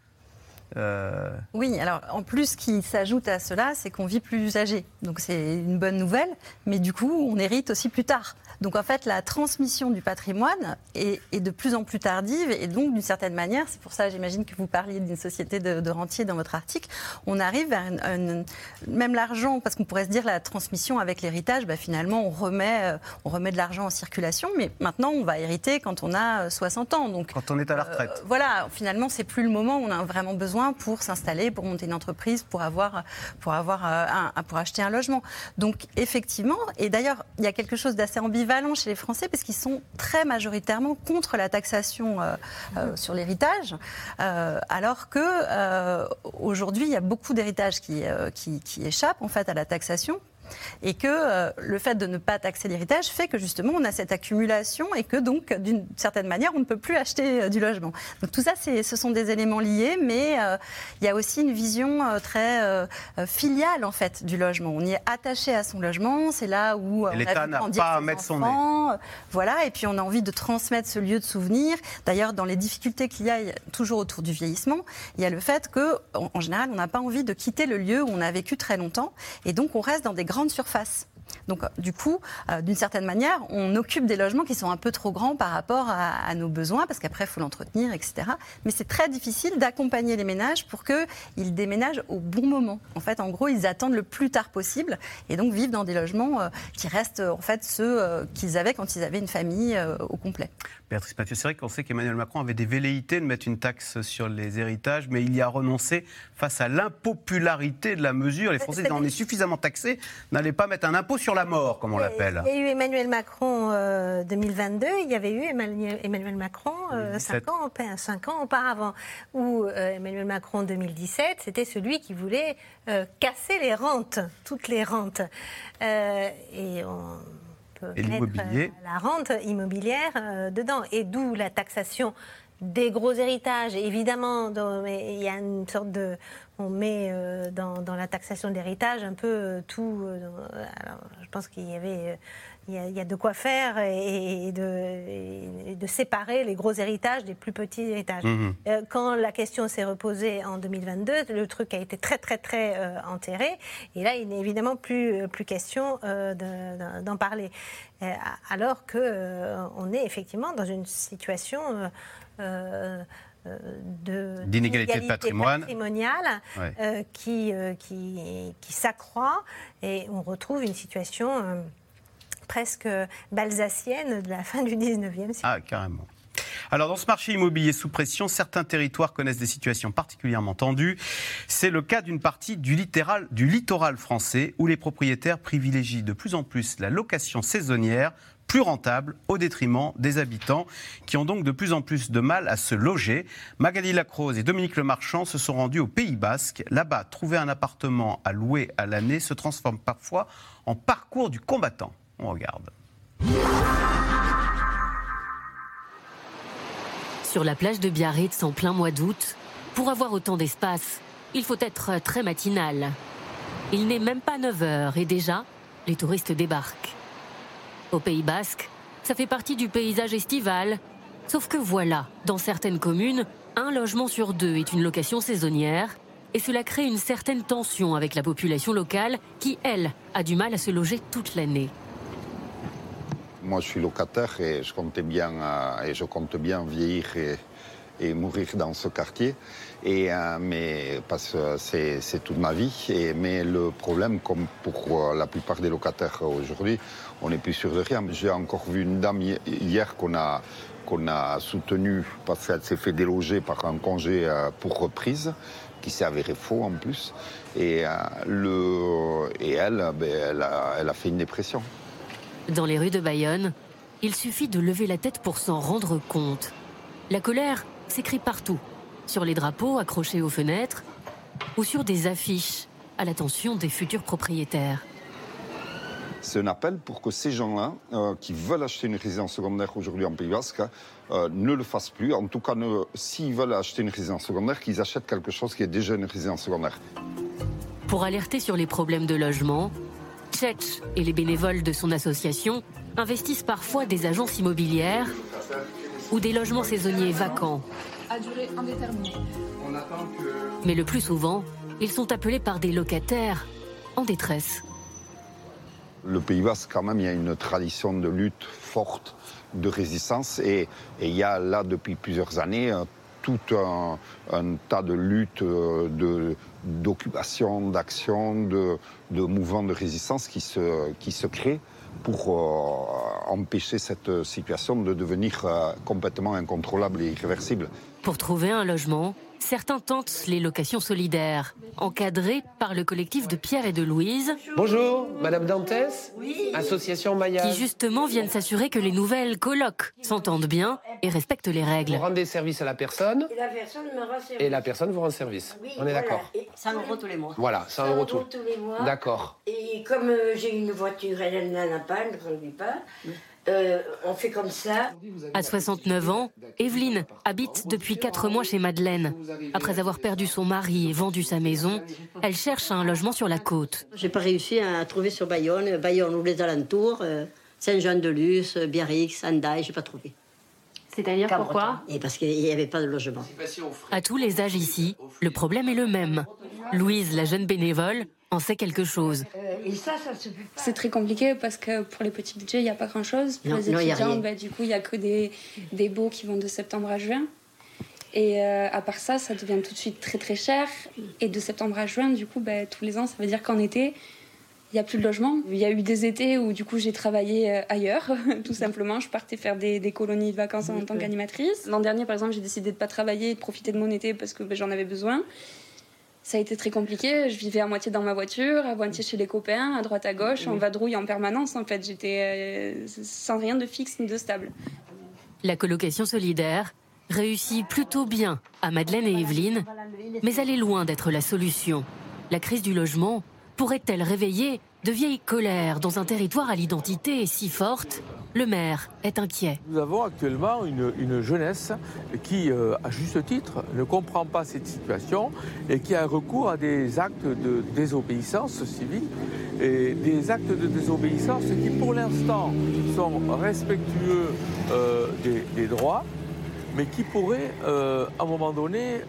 [SPEAKER 5] Oui, alors en plus, ce qui s'ajoute à cela, c'est qu'on vit plus âgé. Donc c'est une bonne nouvelle, mais du coup, on hérite aussi plus tard. Donc en fait, la transmission du patrimoine est de plus en plus tardive et donc d'une certaine manière, c'est pour ça j'imagine que vous parliez d'une société de rentiers dans votre article, on arrive vers même l'argent, parce qu'on pourrait se dire la transmission avec l'héritage, finalement on remet de l'argent en circulation, mais maintenant on va hériter quand on a 60 ans. Donc,
[SPEAKER 1] quand on est à la retraite.
[SPEAKER 5] Voilà, finalement c'est plus le moment où on a vraiment besoin pour s'installer, pour monter une entreprise, pour acheter un logement. Donc effectivement, et d'ailleurs il y a quelque chose d'assez ambivalent chez les Français parce qu'ils sont très majoritairement contre la taxation sur l'héritage, alors que aujourd'hui il y a beaucoup d'héritages qui échappent en fait à la taxation. Et que le fait de ne pas taxer l'héritage fait que justement on a cette accumulation et que donc d'une certaine manière on ne peut plus acheter du logement. Donc tout ça ce sont des éléments liés, mais il y a aussi une vision très filiale en fait du logement. On y est attaché à son logement, c'est là où
[SPEAKER 1] l'État n'a pas à mettre son nez.
[SPEAKER 5] Voilà, et puis on a envie de transmettre ce lieu de souvenir. D'ailleurs dans les difficultés qu'il y a toujours autour du vieillissement, il y a le fait que en général on n'a pas envie de quitter le lieu où on a vécu très longtemps et donc on reste dans des grandes surfaces. Donc, du coup, d'une certaine manière, on occupe des logements qui sont un peu trop grands par rapport à nos besoins, parce qu'après, il faut l'entretenir, etc. Mais c'est très difficile d'accompagner les ménages pour qu'ils déménagent au bon moment. En fait, en gros, ils attendent le plus tard possible et donc vivent dans des logements qui restent, en fait, ceux qu'ils avaient quand ils avaient une famille au complet.
[SPEAKER 1] Béatrice Mathieu, c'est vrai qu'on sait qu'Emmanuel Macron avait des velléités de mettre une taxe sur les héritages, mais il y a renoncé face à l'impopularité de la mesure. Les Français disaient on est suffisamment taxés, n'allez pas mettre un impôt sur la mort, comme on l'appelle.
[SPEAKER 3] Il y a eu Emmanuel Macron 2022, il y avait eu Emmanuel Macron 5 ans auparavant, où Emmanuel Macron 2017, c'était celui qui voulait casser les rentes, toutes les rentes. Et on peut mettre la rente immobilière dedans. Et d'où la taxation des gros héritages. Évidemment, il y a une sorte de... On met dans la taxation d'héritage un peu tout... alors, je pense qu'il y avait... Il y a de quoi faire et de séparer les gros héritages des plus petits héritages. Quand la question s'est reposée en 2022, le truc a été très, très, très enterré. Et là, il n'est évidemment plus question d'en parler. Alors qu'on est effectivement dans une situation...
[SPEAKER 1] d'inégalité
[SPEAKER 3] patrimoniale qui s'accroît et on retrouve une situation presque balsacienne de la fin du 19e siècle.
[SPEAKER 1] Ah, carrément. Alors dans ce marché immobilier sous pression, certains territoires connaissent des situations particulièrement tendues. C'est le cas d'une partie du littoral français où les propriétaires privilégient de plus en plus la location saisonnière, plus rentable, au détriment des habitants qui ont donc de plus en plus de mal à se loger. Magali Lacrose et Dominique Lemarchand se sont rendus au Pays Basque. Là-bas, trouver un appartement à louer à l'année se transforme parfois en parcours du combattant. On regarde.
[SPEAKER 11] Sur la plage de Biarritz en plein mois d'août, pour avoir autant d'espace, il faut être très matinal. Il n'est même pas 9h et déjà, les touristes débarquent. Au Pays Basque, ça fait partie du paysage estival. Sauf que voilà, dans certaines communes, un logement sur 2 est une location saisonnière. Et cela crée une certaine tension avec la population locale qui, elle, a du mal à se loger toute l'année.
[SPEAKER 12] Moi, je suis locataire et je compte bien vieillir et mourir dans ce quartier. Mais parce que c'est toute ma vie. Mais le problème, comme pour la plupart des locataires aujourd'hui, on n'est plus sûr de rien. J'ai encore vu une dame hier qu'on a soutenue parce qu'elle s'est fait déloger par un congé pour reprise, qui s'est avéré faux en plus. Et elle a fait une dépression.
[SPEAKER 11] Dans les rues de Bayonne, il suffit de lever la tête pour s'en rendre compte. La colère s'écrit partout, sur les drapeaux accrochés aux fenêtres ou sur des affiches à l'attention des futurs propriétaires.
[SPEAKER 12] C'est un appel pour que ces gens-là, qui veulent acheter une résidence secondaire aujourd'hui en Pays Basque, ne le fassent plus. En tout cas, s'ils veulent acheter une résidence secondaire, qu'ils achètent quelque chose qui est déjà une résidence secondaire.
[SPEAKER 11] Pour alerter sur les problèmes de logement, Tchetch et les bénévoles de son association investissent parfois des agences immobilières ou des logements saisonniers vacants.
[SPEAKER 13] À durée indéterminée.
[SPEAKER 11] Mais le plus souvent, ils sont appelés par des locataires en détresse.
[SPEAKER 12] Le Pays Basque, quand même, il y a une tradition de lutte forte, de résistance. Et il y a là, depuis plusieurs années, tout un tas de luttes, d'occupation, d'actions, de mouvements de résistance qui se créent pour empêcher cette situation de devenir complètement incontrôlable et irréversible.
[SPEAKER 11] Pour trouver un logement, certains tentent les locations solidaires, encadrées par le collectif de Pierre et de Louise.
[SPEAKER 14] Bonjour, Madame Dantès, oui. Association Maya.
[SPEAKER 11] Qui justement viennent s'assurer que les nouvelles colocs s'entendent bien et respectent les règles.
[SPEAKER 14] Vous rendez service à la personne.
[SPEAKER 13] Et la personne me rend service.
[SPEAKER 14] Et la personne vous rend service.
[SPEAKER 13] Oui,
[SPEAKER 14] on est d'accord.
[SPEAKER 13] 100 € tous les mois.
[SPEAKER 14] Voilà, 100 € tous
[SPEAKER 13] les mois.
[SPEAKER 14] D'accord.
[SPEAKER 13] Et comme j'ai une voiture, elle n'en a pas, elle ne conduit pas. On fait comme ça.
[SPEAKER 11] À 69 ans, Evelyne habite depuis 4 mois chez Madeleine. Après avoir perdu son mari et vendu sa maison, elle cherche un logement sur la côte.
[SPEAKER 13] J'ai pas réussi à trouver sur Bayonne ou les alentours, Saint-Jean-de-Luz, Biarritz, Andaille, j'ai pas trouvé.
[SPEAKER 11] C'est-à-dire pourquoi ?
[SPEAKER 13] Et parce qu'il n'y avait pas de logement.
[SPEAKER 11] À tous les âges ici, le problème est le même. Louise, la jeune bénévole, en sait quelque chose.
[SPEAKER 13] Et ça se fait pas.
[SPEAKER 15] C'est très compliqué parce que pour les petits budgets, il n'y a pas grand-chose. Pour les étudiants, du coup, il n'y a que des baux qui vont de septembre à juin. Et à part ça, ça devient tout de suite très très cher. Et de septembre à juin, du coup, tous les ans, ça veut dire qu'en été, il n'y a plus de logement. Il y a eu des étés où du coup j'ai travaillé ailleurs, tout simplement. Je partais faire des colonies de vacances en tant qu'animatrice. L'an dernier, par exemple, j'ai décidé de ne pas travailler et de profiter de mon été parce que j'en avais besoin. Ça a été très compliqué. Je vivais à moitié dans ma voiture, à moitié chez les copains, à droite à gauche, en vadrouille en permanence. En fait, j'étais sans rien de fixe ni de stable.
[SPEAKER 11] La colocation solidaire réussit plutôt bien à Madeleine et Evelyne, mais elle est loin d'être la solution. La crise du logement pourrait-elle réveiller de vieilles colères dans un territoire à l'identité si forte ? Le maire est inquiet.
[SPEAKER 16] Nous avons actuellement une jeunesse qui, à juste titre, ne comprend pas cette situation et qui a recours à des actes de désobéissance civique et des actes de désobéissance qui, pour l'instant, sont respectueux des droits, mais qui pourraient, à un moment donné,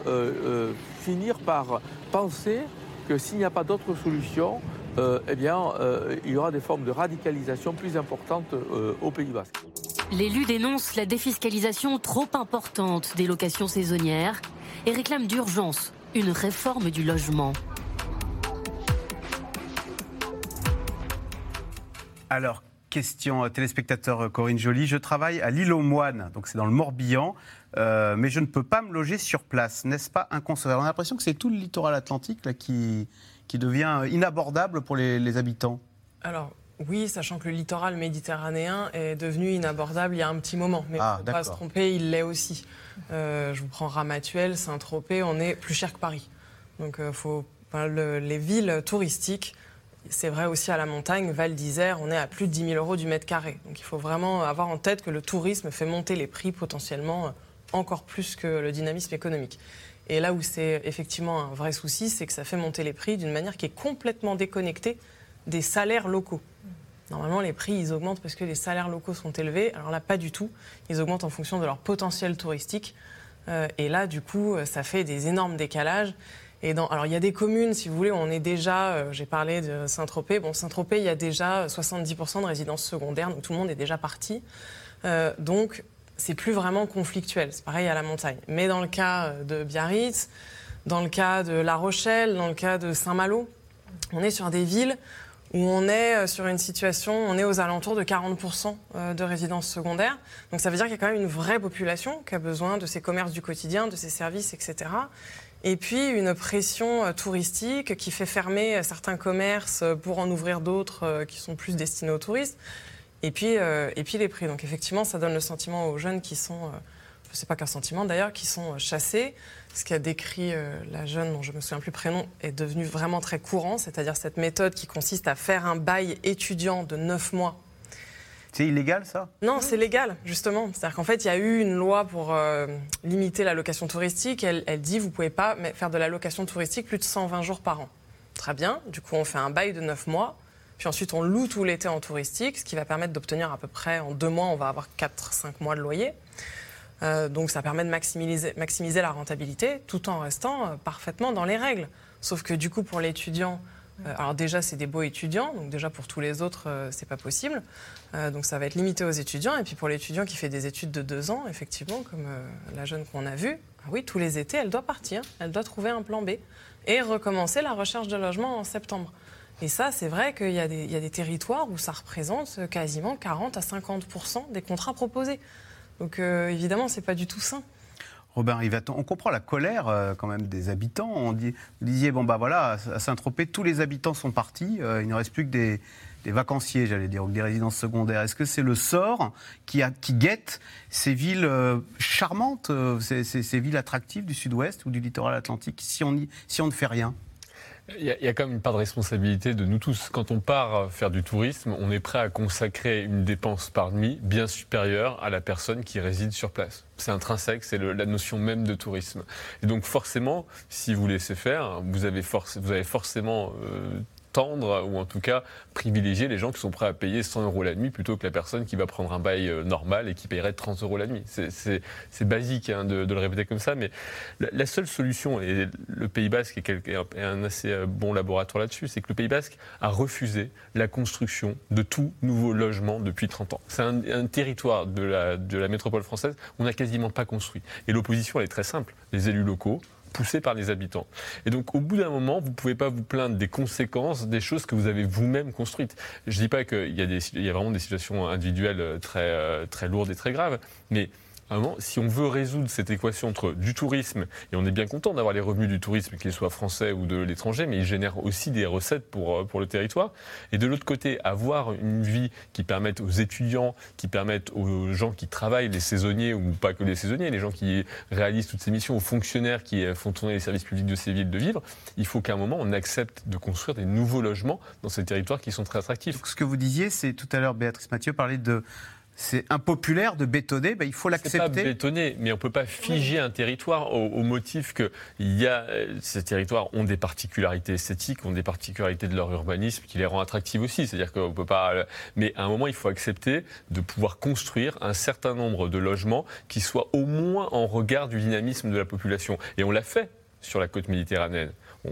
[SPEAKER 16] finir par penser que s'il n'y a pas d'autre solution, il y aura des formes de radicalisation plus importantes au Pays Basque.
[SPEAKER 11] L'élu dénonce la défiscalisation trop importante des locations saisonnières et réclame d'urgence une réforme du logement.
[SPEAKER 1] Alors, question téléspectateur Corinne Joly. Je travaille à l'île aux Moines, donc c'est dans le Morbihan, mais je ne peux pas me loger sur place. N'est-ce pas inconcevable? On a l'impression que c'est tout le littoral atlantique là, qui devient inabordable pour les habitants.
[SPEAKER 2] Alors oui, sachant que le littoral méditerranéen est devenu inabordable il y a un petit moment. Mais il ne faut pas se tromper, il l'est aussi. Je vous prends Ramatuelle, Saint-Tropez, on est plus cher que Paris. Donc les villes touristiques, c'est vrai aussi à la montagne, Val d'Isère, on est à plus de 10 000 € du mètre carré. Donc il faut vraiment avoir en tête que le tourisme fait monter les prix potentiellement encore plus que le dynamisme économique. Et là où c'est effectivement un vrai souci, c'est que ça fait monter les prix d'une manière qui est complètement déconnectée des salaires locaux. Normalement, les prix, ils augmentent parce que les salaires locaux sont élevés. Alors là, pas du tout. Ils augmentent en fonction de leur potentiel touristique. Et là, du coup, ça fait des énormes décalages. Alors, il y a des communes, si vous voulez, où on est déjà... j'ai parlé de Saint-Tropez. Bon, Saint-Tropez, il y a déjà 70% de résidences secondaires, donc tout le monde est déjà parti. Donc, c'est plus vraiment conflictuel. C'est pareil à la montagne. Mais dans le cas de Biarritz, dans le cas de La Rochelle, dans le cas de Saint-Malo, on est sur des villes où on est sur une situation, on est aux alentours de 40% de résidences secondaires. Donc ça veut dire qu'il y a quand même une vraie population qui a besoin de ces commerces du quotidien, de ces services, etc. Et puis une pression touristique qui fait fermer certains commerces pour en ouvrir d'autres qui sont plus destinés aux touristes. Et puis les prix. Donc effectivement, ça donne le sentiment aux jeunes qui sont... c'est pas qu'un sentiment d'ailleurs, qui sont chassés. Ce qu'a décrit la jeune, dont je me souviens plus le prénom, est devenu vraiment très courant, c'est-à-dire cette méthode qui consiste à faire un bail étudiant de 9 mois.
[SPEAKER 1] C'est illégal, ça?
[SPEAKER 2] Non, c'est légal, justement. C'est-à-dire qu'en fait, il y a eu une loi pour limiter la location touristique. Elle dit, vous pouvez pas faire de la location touristique plus de 120 jours par an. Très bien, du coup, on fait un bail de 9 mois. Puis ensuite, on loue tout l'été en touristique, ce qui va permettre d'obtenir à peu près, en 2 mois, on va avoir 4-5 mois de loyer. Donc ça permet de maximiser la rentabilité tout en restant parfaitement dans les règles. Sauf que du coup pour l'étudiant, alors déjà c'est des beaux étudiants, donc déjà pour tous les autres c'est pas possible. Donc ça va être limité aux étudiants. Et puis pour l'étudiant qui fait des études de 2 ans, effectivement, comme la jeune qu'on a vue, oui, tous les étés elle doit partir, elle doit trouver un plan B et recommencer la recherche de logement en septembre. Et ça, c'est vrai qu'il y a des territoires où ça représente quasiment 40 à 50% des contrats proposés. Donc évidemment, c'est pas du tout sain.
[SPEAKER 1] Robin Rivaton, on comprend la colère quand même des habitants. Vous disiez, bon bah voilà, à Saint-Tropez, tous les habitants sont partis. Il ne reste plus que des vacanciers, j'allais dire, ou des résidences secondaires. Est-ce que c'est le sort qui guette ces villes charmantes, ces villes attractives du sud-ouest ou du littoral atlantique, si on ne fait rien?
[SPEAKER 4] Il y a quand même une part de responsabilité de nous tous. Quand on part faire du tourisme, on est prêt à consacrer une dépense par nuit bien supérieure à la personne qui réside sur place. C'est intrinsèque, c'est la notion même de tourisme. Et donc forcément, si vous laissez faire, vous avez forcément tendre, ou en tout cas privilégier les gens qui sont prêts à payer 100 € la nuit plutôt que la personne qui va prendre un bail normal et qui paierait 30 € la nuit. C'est basique de le répéter comme ça, mais la seule solution, et le Pays Basque est un assez bon laboratoire là-dessus, c'est que le Pays Basque a refusé la construction de tout nouveau logement depuis 30 ans. C'est un territoire de la métropole française où on n'a quasiment pas construit. Et l'opposition, elle est très simple. Les élus locaux, poussés par les habitants. Et donc, au bout d'un moment, vous ne pouvez pas vous plaindre des conséquences des choses que vous avez vous-même construites. Je ne dis pas qu'il y a vraiment des situations individuelles très lourdes et très graves, mais à un moment, si on veut résoudre cette équation entre du tourisme, et on est bien content d'avoir les revenus du tourisme, qu'ils soient français ou de l'étranger, mais ils génèrent aussi des recettes pour le territoire, et de l'autre côté, avoir une vie qui permette aux étudiants, qui permette aux gens qui travaillent, les saisonniers, ou pas que les saisonniers, les gens qui réalisent toutes ces missions, aux fonctionnaires qui font tourner les services publics de ces villes de vivre, il faut qu'à un moment, on accepte de construire des nouveaux logements dans ces territoires qui sont très attractifs.
[SPEAKER 1] Donc, ce que vous disiez, c'est tout à l'heure, Béatrice Mathieu parlait de... C'est impopulaire de bétonner, il faut l'accepter.
[SPEAKER 4] C'est pas bétonner, mais on ne peut pas figer un territoire au motif que ces territoires ont des particularités esthétiques, ont des particularités de leur urbanisme qui les rend attractifs aussi. C'est-à-dire qu'on peut pas... Mais à un moment, il faut accepter de pouvoir construire un certain nombre de logements qui soient au moins en regard du dynamisme de la population. Et on l'a fait sur la côte méditerranéenne.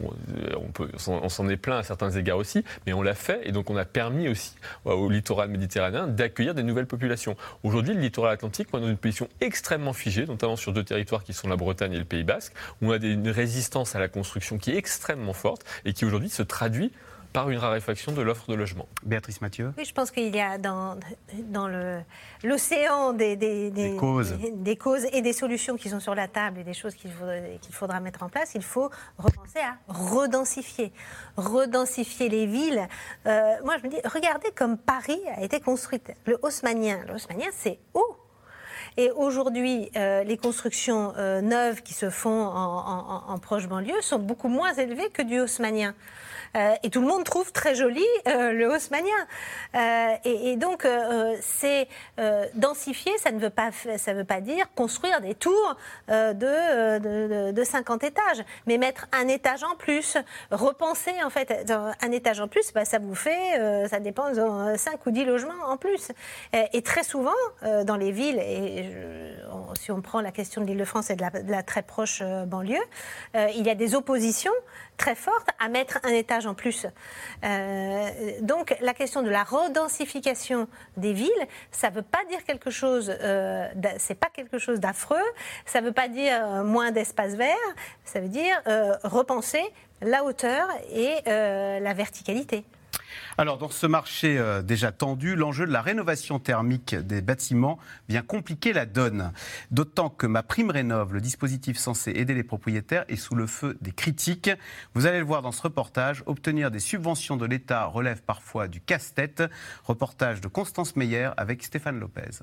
[SPEAKER 4] On s'en est plaint à certains égards aussi, mais on l'a fait et donc on a permis aussi au littoral méditerranéen d'accueillir des nouvelles populations. Aujourd'hui, le littoral atlantique, on est dans une position extrêmement figée, notamment sur 2 territoires qui sont la Bretagne et le Pays Basque, où on a une résistance à la construction qui est extrêmement forte et qui aujourd'hui se traduit par une raréfaction de l'offre de logement.
[SPEAKER 1] Béatrice Mathieu.
[SPEAKER 3] Oui, je pense qu'il y a dans l'océan des causes et des solutions qui sont sur la table et des choses qu'il faudra mettre en place. Il faut repenser à redensifier les villes. Moi, je me dis, regardez comme Paris a été construite. Le haussmannien, c'est haut. Et aujourd'hui, les constructions neuves qui se font en proche banlieue sont beaucoup moins élevées que du haussmannien. Et tout le monde trouve très joli le haussmannien. Et donc, c'est densifier, ça ne veut pas dire construire des tours de 50 étages, mais mettre un étage en plus, repenser en fait un étage en plus, ça vous fait, ça dépend, 5 ou 10 logements en plus. Et très souvent, dans les villes, si on prend la question de l'Île-de-France et de la très proche banlieue, il y a des oppositions très forte à mettre un étage en plus. Donc la question de la redensification des villes, ça ne veut pas dire quelque chose, c'est pas quelque chose d'affreux, ça ne veut pas dire moins d'espace vert, ça veut dire repenser la hauteur et la verticalité.
[SPEAKER 1] Alors, dans ce marché déjà tendu, l'enjeu de la rénovation thermique des bâtiments vient compliquer la donne. D'autant que MaPrimeRénov', le dispositif censé aider les propriétaires, est sous le feu des critiques. Vous allez le voir dans ce reportage, obtenir des subventions de l'État relève parfois du casse-tête. Reportage de Constance Meyer avec Stéphane Lopez.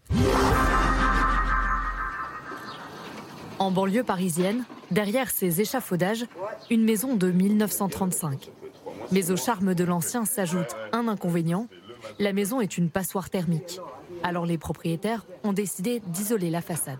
[SPEAKER 17] En banlieue parisienne, derrière ces échafaudages, une maison de 1935. Mais au charme de l'ancien s'ajoute un inconvénient, la maison est une passoire thermique. Alors les propriétaires ont décidé d'isoler la façade.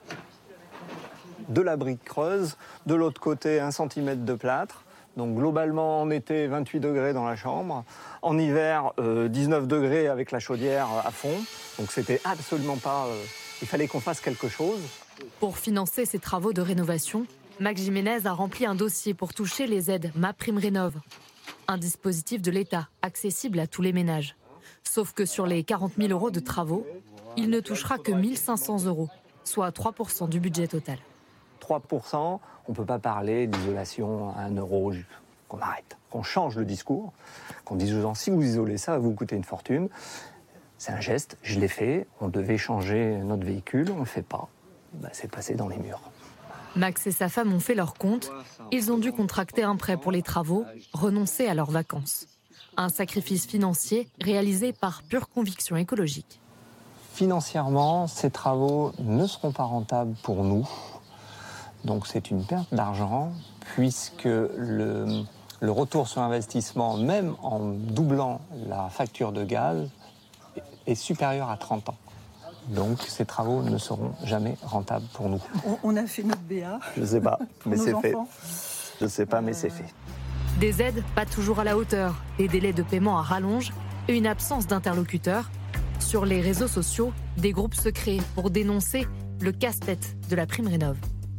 [SPEAKER 18] De la brique creuse, de l'autre côté 1 cm de plâtre. Donc globalement en été 28 degrés dans la chambre, en hiver 19 degrés avec la chaudière à fond. Donc c'était absolument pas... il fallait qu'on fasse quelque chose.
[SPEAKER 17] Pour financer ces travaux de rénovation, Mac Jiménez a rempli un dossier pour toucher les aides MaPrimeRénov'. Un dispositif de l'État accessible à tous les ménages. Sauf que sur les 40 000 € de travaux, il ne touchera que 1 500 €, soit 3% du budget total.
[SPEAKER 18] 3%, on ne peut pas parler d'isolation à 1 €, qu'on arrête, qu'on change le discours, qu'on dise aux gens, si vous isolez ça, ça va vous coûter une fortune. C'est un geste, je l'ai fait, on devait changer notre véhicule, on ne le fait pas. C'est passé dans les murs.
[SPEAKER 17] Max et sa femme ont fait leur compte. Ils ont dû contracter un prêt pour les travaux, renoncer à leurs vacances. Un sacrifice financier réalisé par pure conviction écologique.
[SPEAKER 18] Financièrement, ces travaux ne seront pas rentables pour nous. Donc c'est une perte d'argent, puisque le retour sur investissement, même en doublant la facture de gaz, est supérieur à 30 ans. Donc ces travaux ne seront jamais rentables pour nous.
[SPEAKER 19] On a fait notre BA.
[SPEAKER 18] Je ne sais pas, mais c'est fait. Je ne sais pas, mais c'est fait.
[SPEAKER 17] Des aides pas toujours à la hauteur, des délais de paiement à rallonge et une absence d'interlocuteurs. Sur les réseaux sociaux, des groupes se créent pour dénoncer le casse-tête de la MaPrimeRénov'.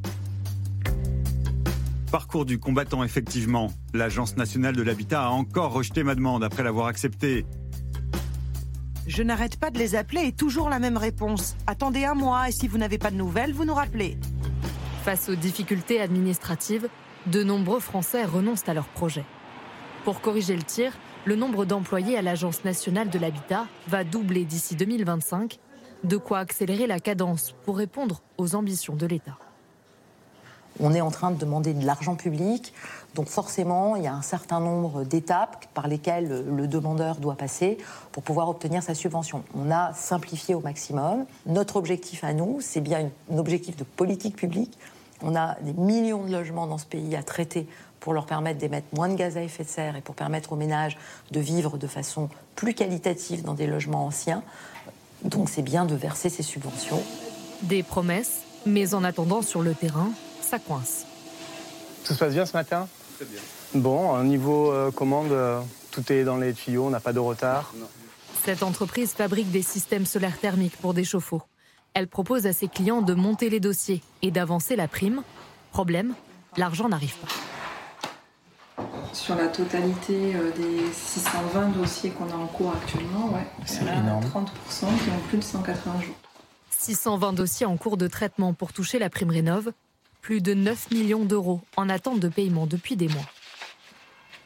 [SPEAKER 20] Parcours du combattant, effectivement. L'Agence nationale de l'habitat a encore rejeté ma demande après l'avoir acceptée.
[SPEAKER 21] Je n'arrête pas de les appeler et toujours la même réponse. Attendez un mois et si vous n'avez pas de nouvelles, vous nous rappelez.
[SPEAKER 17] Face aux difficultés administratives, de nombreux Français renoncent à leur projet. Pour corriger le tir, le nombre d'employés à l'Agence nationale de l'habitat va doubler d'ici 2025, de quoi accélérer la cadence pour répondre aux ambitions de l'État.
[SPEAKER 22] On est en train de demander de l'argent public, donc forcément, il y a un certain nombre d'étapes par lesquelles le demandeur doit passer pour pouvoir obtenir sa subvention. On a simplifié au maximum. Notre objectif à nous, c'est bien un objectif de politique publique. On a des millions de logements dans ce pays à traiter pour leur permettre d'émettre moins de gaz à effet de serre et pour permettre aux ménages de vivre de façon plus qualitative dans des logements anciens. Donc c'est bien de verser ces subventions.
[SPEAKER 17] Des promesses, mais en attendant sur le terrain, ça coince.
[SPEAKER 23] Tout se passe bien ce matin ?
[SPEAKER 24] Très bien.
[SPEAKER 23] Bon, niveau commande, tout est dans les tuyaux, on n'a pas de retard.
[SPEAKER 24] Non.
[SPEAKER 17] Cette entreprise fabrique des systèmes solaires thermiques pour des chauffe-eau. Elle propose à ses clients de monter les dossiers et d'avancer la prime. Problème, l'argent n'arrive pas.
[SPEAKER 25] Sur la totalité des 620 dossiers qu'on a en cours actuellement,
[SPEAKER 23] c'est
[SPEAKER 25] il y en a
[SPEAKER 23] énorme.
[SPEAKER 25] 30% qui ont plus de 180 jours.
[SPEAKER 17] 620 dossiers en cours de traitement pour toucher la MaPrimeRénov'. Plus de 9 millions d'euros en attente de paiement depuis des mois.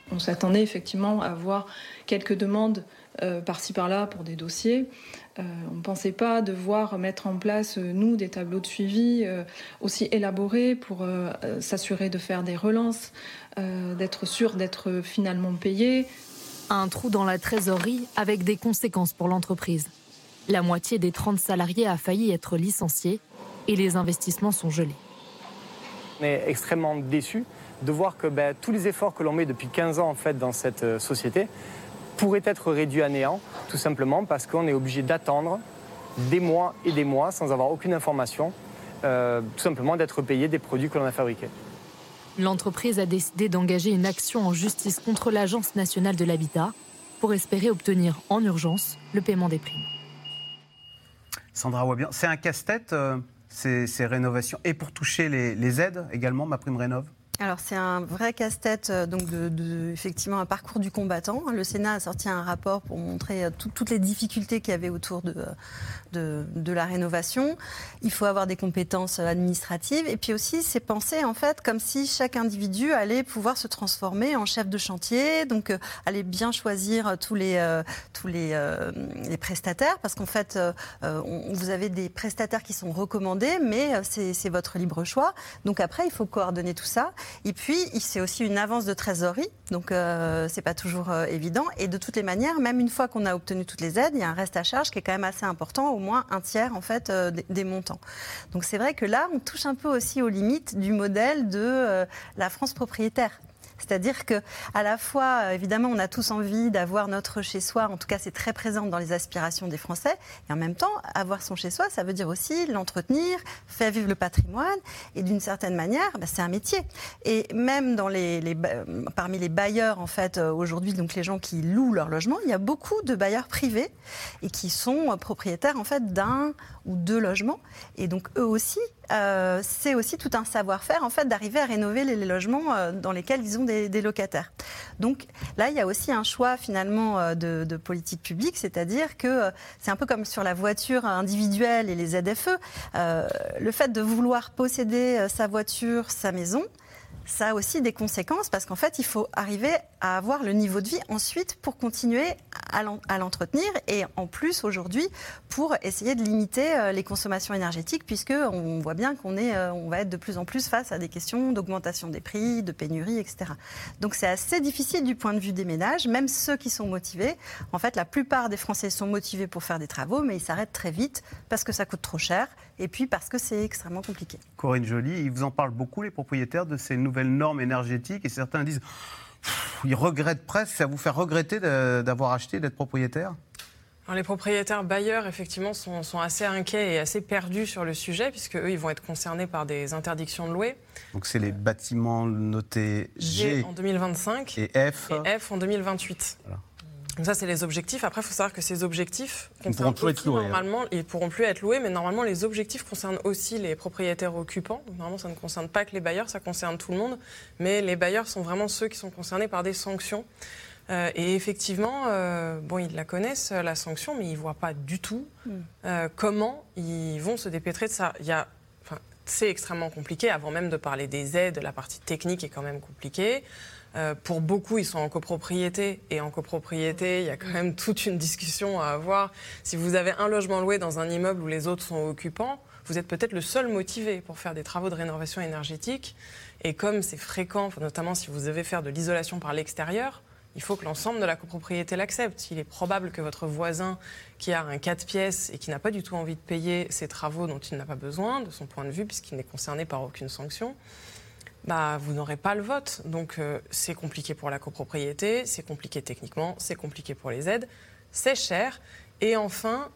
[SPEAKER 25] On s'attendait effectivement à avoir quelques demandes par-ci par-là pour des dossiers. On ne pensait pas devoir mettre en place, nous, des tableaux de suivi aussi élaborés pour s'assurer de faire des relances, d'être sûr d'être finalement payé.
[SPEAKER 17] Un trou dans la trésorerie avec des conséquences pour l'entreprise. La moitié des 30 salariés a failli être licenciés et les investissements sont gelés.
[SPEAKER 23] On est extrêmement déçus de voir que tous les efforts que l'on met depuis 15 ans en fait, dans cette société pourraient être réduits à néant, tout simplement parce qu'on est obligé d'attendre des mois et des mois sans avoir aucune information, tout simplement d'être payé des produits que l'on a fabriqués.
[SPEAKER 17] L'entreprise a décidé d'engager une action en justice contre l'Agence nationale de l'habitat pour espérer obtenir en urgence le paiement des primes.
[SPEAKER 1] Sandra Ouabian, c'est un casse-tête ces rénovations et pour toucher les aides également, MaPrimeRénov'?
[SPEAKER 5] Alors c'est un vrai casse-tête, donc effectivement un parcours du combattant. Le Sénat a sorti un rapport pour montrer toutes les difficultés qu'il y avait autour de la rénovation. Il faut avoir des compétences administratives et puis aussi c'est pensé en fait comme si chaque individu allait pouvoir se transformer en chef de chantier, donc aller bien choisir tous les prestataires parce qu'en fait vous avez des prestataires qui sont recommandés mais c'est votre libre choix. Donc après il faut coordonner tout ça. Et puis, c'est aussi une avance de trésorerie, donc c'est pas toujours évident. Et de toutes les manières, même une fois qu'on a obtenu toutes les aides, il y a un reste à charge qui est quand même assez important, au moins un tiers en fait des montants. Donc c'est vrai que là, on touche un peu aussi aux limites du modèle de la France propriétaire. C'est-à-dire qu'à la fois, évidemment, on a tous envie d'avoir notre chez-soi, en tout cas c'est très présent dans les aspirations des Français, et en même temps, avoir son chez-soi, ça veut dire aussi l'entretenir, faire vivre le patrimoine, et d'une certaine manière, c'est un métier. Et même parmi les bailleurs, en fait, aujourd'hui, donc les gens qui louent leur logement, il y a beaucoup de bailleurs privés, et qui sont propriétaires, en fait, d'un ou deux logements, et donc eux aussi, c'est aussi tout un savoir-faire en fait d'arriver à rénover les logements dans lesquels ils ont des locataires. Donc là, il y a aussi un choix finalement de politique publique, c'est-à-dire que c'est un peu comme sur la voiture individuelle et les ZFE. Le fait de vouloir posséder sa voiture, sa maison, ça a aussi des conséquences parce qu'en fait, il faut arriver à avoir le niveau de vie ensuite pour continuer à l'entretenir et en plus aujourd'hui pour essayer de limiter les consommations énergétiques puisqu'on voit bien on va être de plus en plus face à des questions d'augmentation des prix, de pénurie, etc. Donc c'est assez difficile du point de vue des ménages, même ceux qui sont motivés. En fait, la plupart des Français sont motivés pour faire des travaux, mais ils s'arrêtent très vite parce que ça coûte trop cher et puis parce que c'est extrêmement compliqué.
[SPEAKER 1] Corinne Joly, ils vous en parlent beaucoup, les propriétaires, de ces nouvelles normes énergétiques et certains disent... Ils regrettent presque, ça vous fait regretter d'avoir acheté, d'être propriétaire ?
[SPEAKER 2] Alors les propriétaires bailleurs, effectivement, sont assez inquiets et assez perdus sur le sujet, puisque eux, ils vont être concernés par des interdictions de louer.
[SPEAKER 1] Donc c'est les bâtiments notés G
[SPEAKER 2] en 2025
[SPEAKER 1] et F
[SPEAKER 2] en 2028. Voilà. Donc ça, c'est les objectifs. Après, il faut savoir que ces objectifs
[SPEAKER 1] concernent aussi,
[SPEAKER 2] normalement, ils ne pourront plus être loués, mais normalement, les objectifs concernent aussi les propriétaires occupants. Donc, normalement, ça ne concerne pas que les bailleurs, ça concerne tout le monde. Mais les bailleurs sont vraiment ceux qui sont concernés par des sanctions. Et effectivement, ils la connaissent, la sanction, mais ils ne voient pas du tout comment ils vont se dépêtrer de ça. C'est extrêmement compliqué. Avant même de parler des aides, la partie technique est quand même compliquée. Pour beaucoup, ils sont en copropriété. Et en copropriété, il y a quand même toute une discussion à avoir. Si vous avez un logement loué dans un immeuble où les autres sont occupants, vous êtes peut-être le seul motivé pour faire des travaux de rénovation énergétique. Et comme c'est fréquent, notamment si vous devez faire de l'isolation par l'extérieur, il faut que l'ensemble de la copropriété l'accepte. Il est probable que votre voisin qui a un 4 pièces et qui n'a pas du tout envie de payer ces travaux dont il n'a pas besoin, de son point de vue, puisqu'il n'est concerné par aucune sanction, vous n'aurez pas le vote. Donc c'est compliqué pour la copropriété, c'est compliqué techniquement, c'est compliqué pour les aides, c'est cher. Et enfin,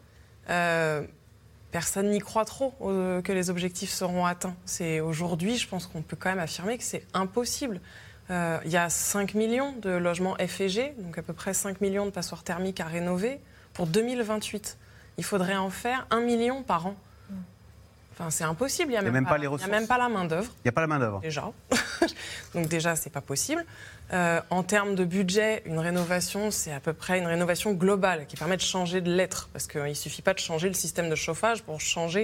[SPEAKER 2] personne n'y croit trop que les objectifs seront atteints. Aujourd'hui, je pense qu'on peut quand même affirmer que c'est impossible. Il y a 5 millions de logements F et G, donc à peu près 5 millions de passoires thermiques à rénover pour 2028. Il faudrait en faire 1 million par an. Enfin, c'est impossible, il n'y a même pas la main-d'œuvre.
[SPEAKER 1] Il n'y a pas la main-d'œuvre.
[SPEAKER 2] Déjà. Donc déjà, ce n'est pas possible. En termes de budget, une rénovation, c'est à peu près une rénovation globale qui permet de changer de lettre. Parce qu'il ne suffit pas de changer le système de chauffage pour changer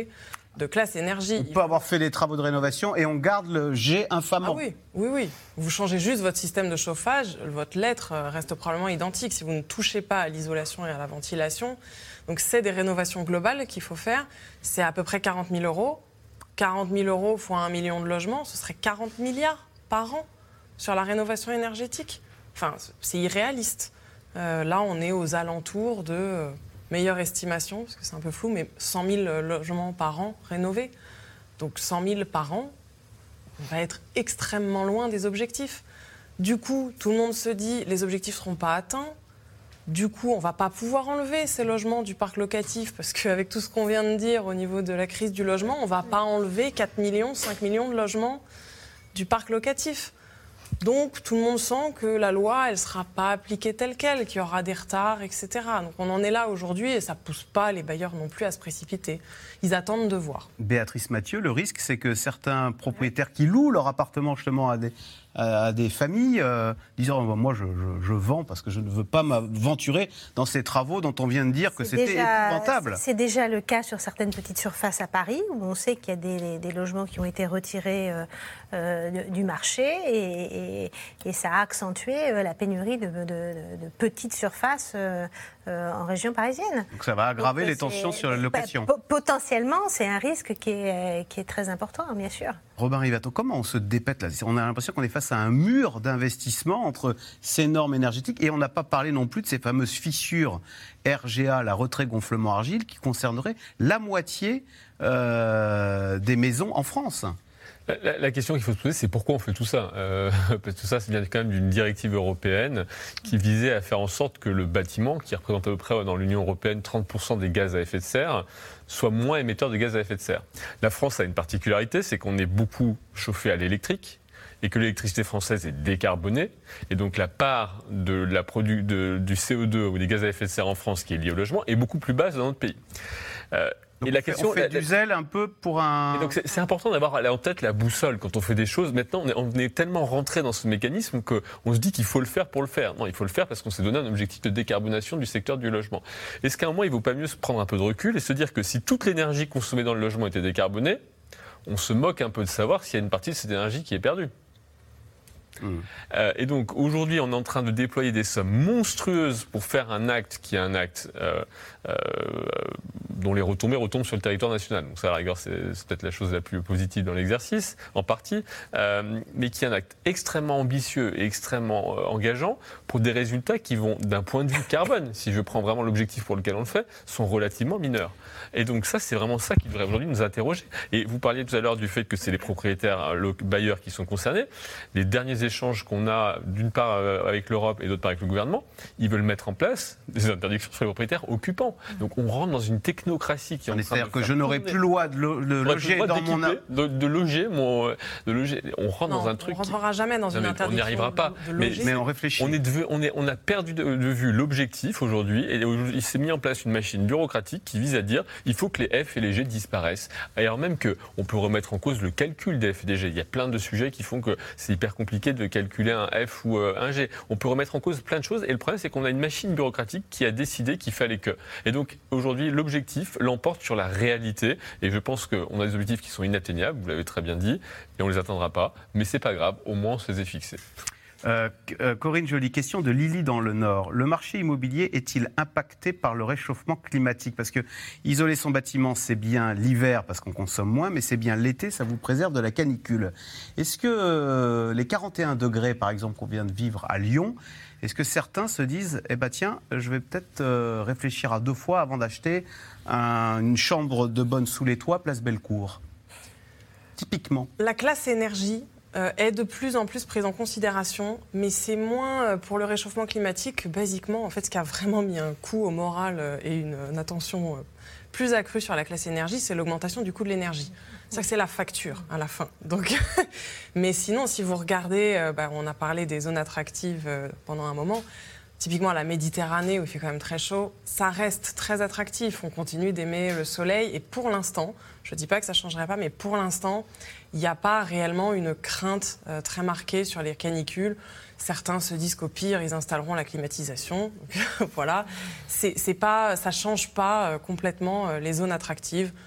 [SPEAKER 2] de classe énergie.
[SPEAKER 1] On peut avoir fait des travaux de rénovation et on garde le G infamant.
[SPEAKER 2] Ah oui. Vous changez juste votre système de chauffage, votre lettre reste probablement identique si vous ne touchez pas à l'isolation et à la ventilation. Donc c'est des rénovations globales qu'il faut faire. C'est à peu près 40 000 euros. 40 000 euros fois 1 million de logements, ce serait 40 milliards par an sur la rénovation énergétique. Enfin, c'est irréaliste. Là, on est aux alentours de... meilleure estimation, parce que c'est un peu flou, mais 100 000 logements par an rénovés. Donc 100 000 par an, on va être extrêmement loin des objectifs. Du coup, tout le monde se dit, les objectifs ne seront pas atteints. Du coup, on ne va pas pouvoir enlever ces logements du parc locatif, parce qu'avec tout ce qu'on vient de dire au niveau de la crise du logement, on ne va pas enlever 4 millions, 5 millions de logements du parc locatif. Donc, tout le monde sent que la loi, elle ne sera pas appliquée telle qu'elle, qu'il y aura des retards, etc. Donc, on en est là aujourd'hui et ça ne pousse pas les bailleurs non plus à se précipiter. Ils attendent de voir.
[SPEAKER 1] Béatrice Mathieu, le risque, c'est que certains propriétaires qui louent leur appartement justement à des familles, disant moi je vends parce que je ne veux pas m'aventurer dans ces travaux dont on vient de dire que c'était épouvantable.
[SPEAKER 3] C'est déjà le cas sur certaines petites surfaces à Paris où on sait qu'il y a des logements qui ont été retirés du marché et ça a accentué la pénurie de petites surfaces en région parisienne.
[SPEAKER 1] Donc ça va aggraver les tensions sur la location.
[SPEAKER 3] Potentiellement, c'est un risque qui est très important, bien sûr.
[SPEAKER 1] Robin Rivato, comment on se dépète là ? On a l'impression qu'on est face à un mur d'investissement entre ces normes énergétiques et on n'a pas parlé non plus de ces fameuses fissures RGA, la retrait-gonflement argile, qui concerneraient la moitié des maisons en France.
[SPEAKER 4] La question qu'il faut se poser, c'est pourquoi on fait tout ça parce que tout ça, c'est bien quand même d'une directive européenne qui visait à faire en sorte que le bâtiment, qui représente à peu près dans l'Union européenne 30% des gaz à effet de serre, soit moins émetteur de gaz à effet de serre. La France a une particularité, c'est qu'on est beaucoup chauffé à l'électrique et que l'électricité française est décarbonée. Et donc la part du CO2 ou des gaz à effet de serre en France qui est liée au logement est beaucoup plus basse dans notre pays.
[SPEAKER 1] Donc et la question, on fait du zèle un peu pour un...
[SPEAKER 4] Et donc c'est important d'avoir en tête la boussole quand on fait des choses. Maintenant, on est tellement rentré dans ce mécanisme qu'on se dit qu'il faut le faire pour le faire. Non, il faut le faire parce qu'on s'est donné un objectif de décarbonation du secteur du logement. Est-ce qu'à un moment, il ne vaut pas mieux se prendre un peu de recul et se dire que si toute l'énergie consommée dans le logement était décarbonée, on se moque un peu de savoir s'il y a une partie de cette énergie qui est perdue. Et donc aujourd'hui, on est en train de déployer des sommes monstrueuses pour faire un acte qui est un acte dont les retombées retombent sur le territoire national. Donc ça, à la rigueur, c'est peut-être la chose la plus positive dans l'exercice, en partie, mais qui est un acte extrêmement ambitieux et extrêmement engageant pour des résultats qui vont, d'un point de vue carbone, si je prends vraiment l'objectif pour lequel on le fait, sont relativement mineurs. Et donc ça, c'est vraiment ça qui devrait aujourd'hui nous interroger. Et vous parliez tout à l'heure du fait que c'est les propriétaires, bailleurs qui sont concernés. Les derniers échanges qu'on a, d'une part avec l'Europe et d'autre part avec le gouvernement, ils veulent mettre en place des interdictions sur les propriétaires occupants. Donc on rentre dans une technocratie qui est en train de...
[SPEAKER 1] C'est-à-dire que je n'aurai plus le droit de loger dans mon...
[SPEAKER 4] De loger. On rentre dans un truc...
[SPEAKER 2] On ne rentrera jamais dans une interdiction.
[SPEAKER 4] On n'y arrivera pas.
[SPEAKER 1] Mais on réfléchit.
[SPEAKER 4] On a perdu de vue l'objectif aujourd'hui et il s'est mis en place une machine bureaucratique qui vise à dire il faut que les F et les G disparaissent. Alors même qu'on peut remettre en cause le calcul des F et des G. Il y a plein de sujets qui font que c'est hyper compliqué de calculer un F ou un G. On peut remettre en cause plein de choses et le problème c'est qu'on a une machine bureaucratique qui a décidé qu'il fallait que. Et donc aujourd'hui l'objectif l'emporte sur la réalité et je pense qu'on a des objectifs qui sont inatteignables, vous l'avez très bien dit, et on ne les atteindra pas, mais c'est pas grave, au moins on se les est fixés.
[SPEAKER 1] Corinne Joly, question de Lily dans le Nord. Le marché immobilier est-il impacté par le réchauffement climatique ? Parce que isoler son bâtiment, c'est bien l'hiver parce qu'on consomme moins, mais c'est bien l'été, ça vous préserve de la canicule. Est-ce que les 41 degrés, par exemple, qu'on vient de vivre à Lyon, est-ce que certains se disent « Eh ben tiens, je vais peut-être réfléchir à 2 fois avant d'acheter une chambre de bonne sous les toits, place Bellecour » Typiquement.
[SPEAKER 2] La classe énergie est de plus en plus prise en considération, mais c'est moins pour le réchauffement climatique que, basiquement, en fait, ce qui a vraiment mis un coup au moral et une attention plus accrue sur la classe énergie, c'est l'augmentation du coût de l'énergie. C'est-à-dire que c'est la facture à la fin. Donc, mais sinon, si vous regardez, on a parlé des zones attractives pendant un moment, typiquement à la Méditerranée où il fait quand même très chaud, ça reste très attractif. On continue d'aimer le soleil et pour l'instant, je ne dis pas que ça ne changerait pas, mais pour l'instant, il n'y a pas réellement une crainte très marquée sur les canicules. Certains se disent qu'au pire, ils installeront la climatisation. Donc, voilà, ça ne change pas complètement les zones attractives.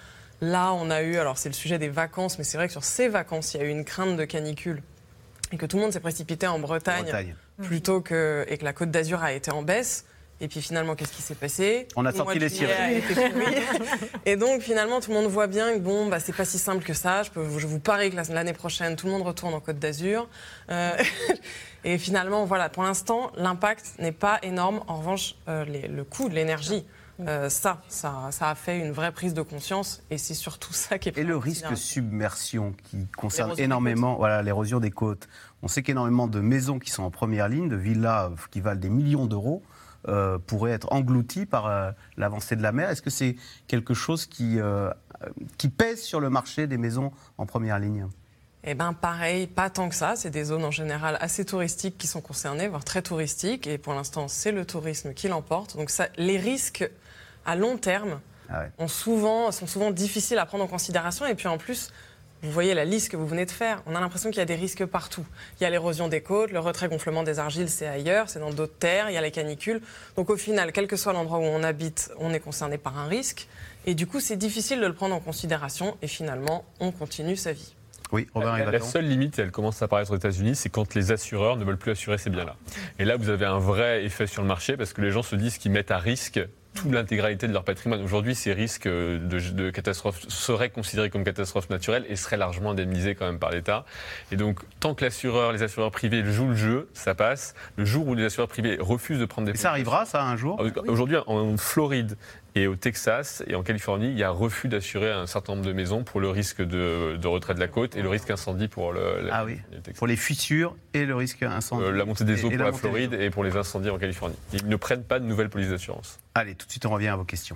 [SPEAKER 2] Là, on a eu, alors c'est le sujet des vacances, mais c'est vrai que sur ces vacances, il y a eu une crainte de canicule et que tout le monde s'est précipité en Bretagne. Et que la Côte d'Azur a été en baisse. Et puis finalement, qu'est-ce qui s'est passé ?
[SPEAKER 1] On a sorti les sirènes.
[SPEAKER 2] Et donc finalement, tout le monde voit bien que c'est pas si simple que ça. Je vous parie que l'année prochaine, tout le monde retourne en Côte d'Azur. Et finalement, voilà, pour l'instant, l'impact n'est pas énorme. En revanche, le coût de l'énergie, ça a fait une vraie prise de conscience. Et c'est surtout ça qui est...
[SPEAKER 1] Et le risque submersion qui concerne énormément l'érosion des côtes. On sait qu'énormément de maisons qui sont en première ligne, de villas qui valent des millions d'euros, pourraient être englouties par l'avancée de la mer. Est-ce que c'est quelque chose qui pèse sur le marché des maisons en première ligne ?
[SPEAKER 2] Eh bien, pareil, pas tant que ça. C'est des zones en général assez touristiques qui sont concernées, voire très touristiques. Et pour l'instant, c'est le tourisme qui l'emporte. Donc les risques à long terme sont souvent difficiles à prendre en considération. Et puis en plus, vous voyez la liste que vous venez de faire. On a l'impression qu'il y a des risques partout. Il y a l'érosion des côtes, le retrait-gonflement des argiles, c'est ailleurs, c'est dans d'autres terres, il y a les canicules. Donc au final, quel que soit l'endroit où on habite, on est concerné par un risque. Et du coup, c'est difficile de le prendre en considération. Et finalement, on continue sa vie.
[SPEAKER 1] Oui, Robert
[SPEAKER 4] la seule limite, elle commence à apparaître aux États-Unis, c'est quand les assureurs ne veulent plus assurer ces biens-là. Et là, vous avez un vrai effet sur le marché parce que les gens se disent qu'ils mettent à risque toute l'intégralité de leur patrimoine. Aujourd'hui, ces risques de catastrophe seraient considérés comme catastrophes naturelles et seraient largement indemnisés quand même par l'État. Et donc, tant que les assureurs privés jouent le jeu, ça passe. Le jour où les assureurs privés refusent de prendre des...
[SPEAKER 1] Et ça arrivera, ça, un jour ?
[SPEAKER 4] Aujourd'hui, en Floride et au Texas et en Californie, il y a refus d'assurer un certain nombre de maisons pour le risque de retrait de la côte et le risque incendie pour
[SPEAKER 1] pour les fissures et le risque incendie.
[SPEAKER 4] La montée des eaux pour la Floride et pour les incendies en Californie. Ils ne prennent pas de nouvelles polices d'assurance.
[SPEAKER 1] Allez, tout de suite, on revient à vos questions.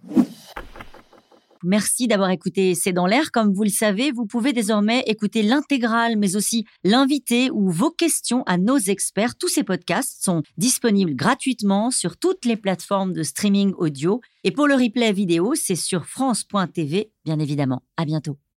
[SPEAKER 7] Merci d'avoir écouté C'est dans l'air. Comme vous le savez, vous pouvez désormais écouter l'intégrale, mais aussi l'invité ou vos questions à nos experts. Tous ces podcasts sont disponibles gratuitement sur toutes les plateformes de streaming audio. Et pour le replay vidéo, c'est sur France.tv, bien évidemment. À bientôt.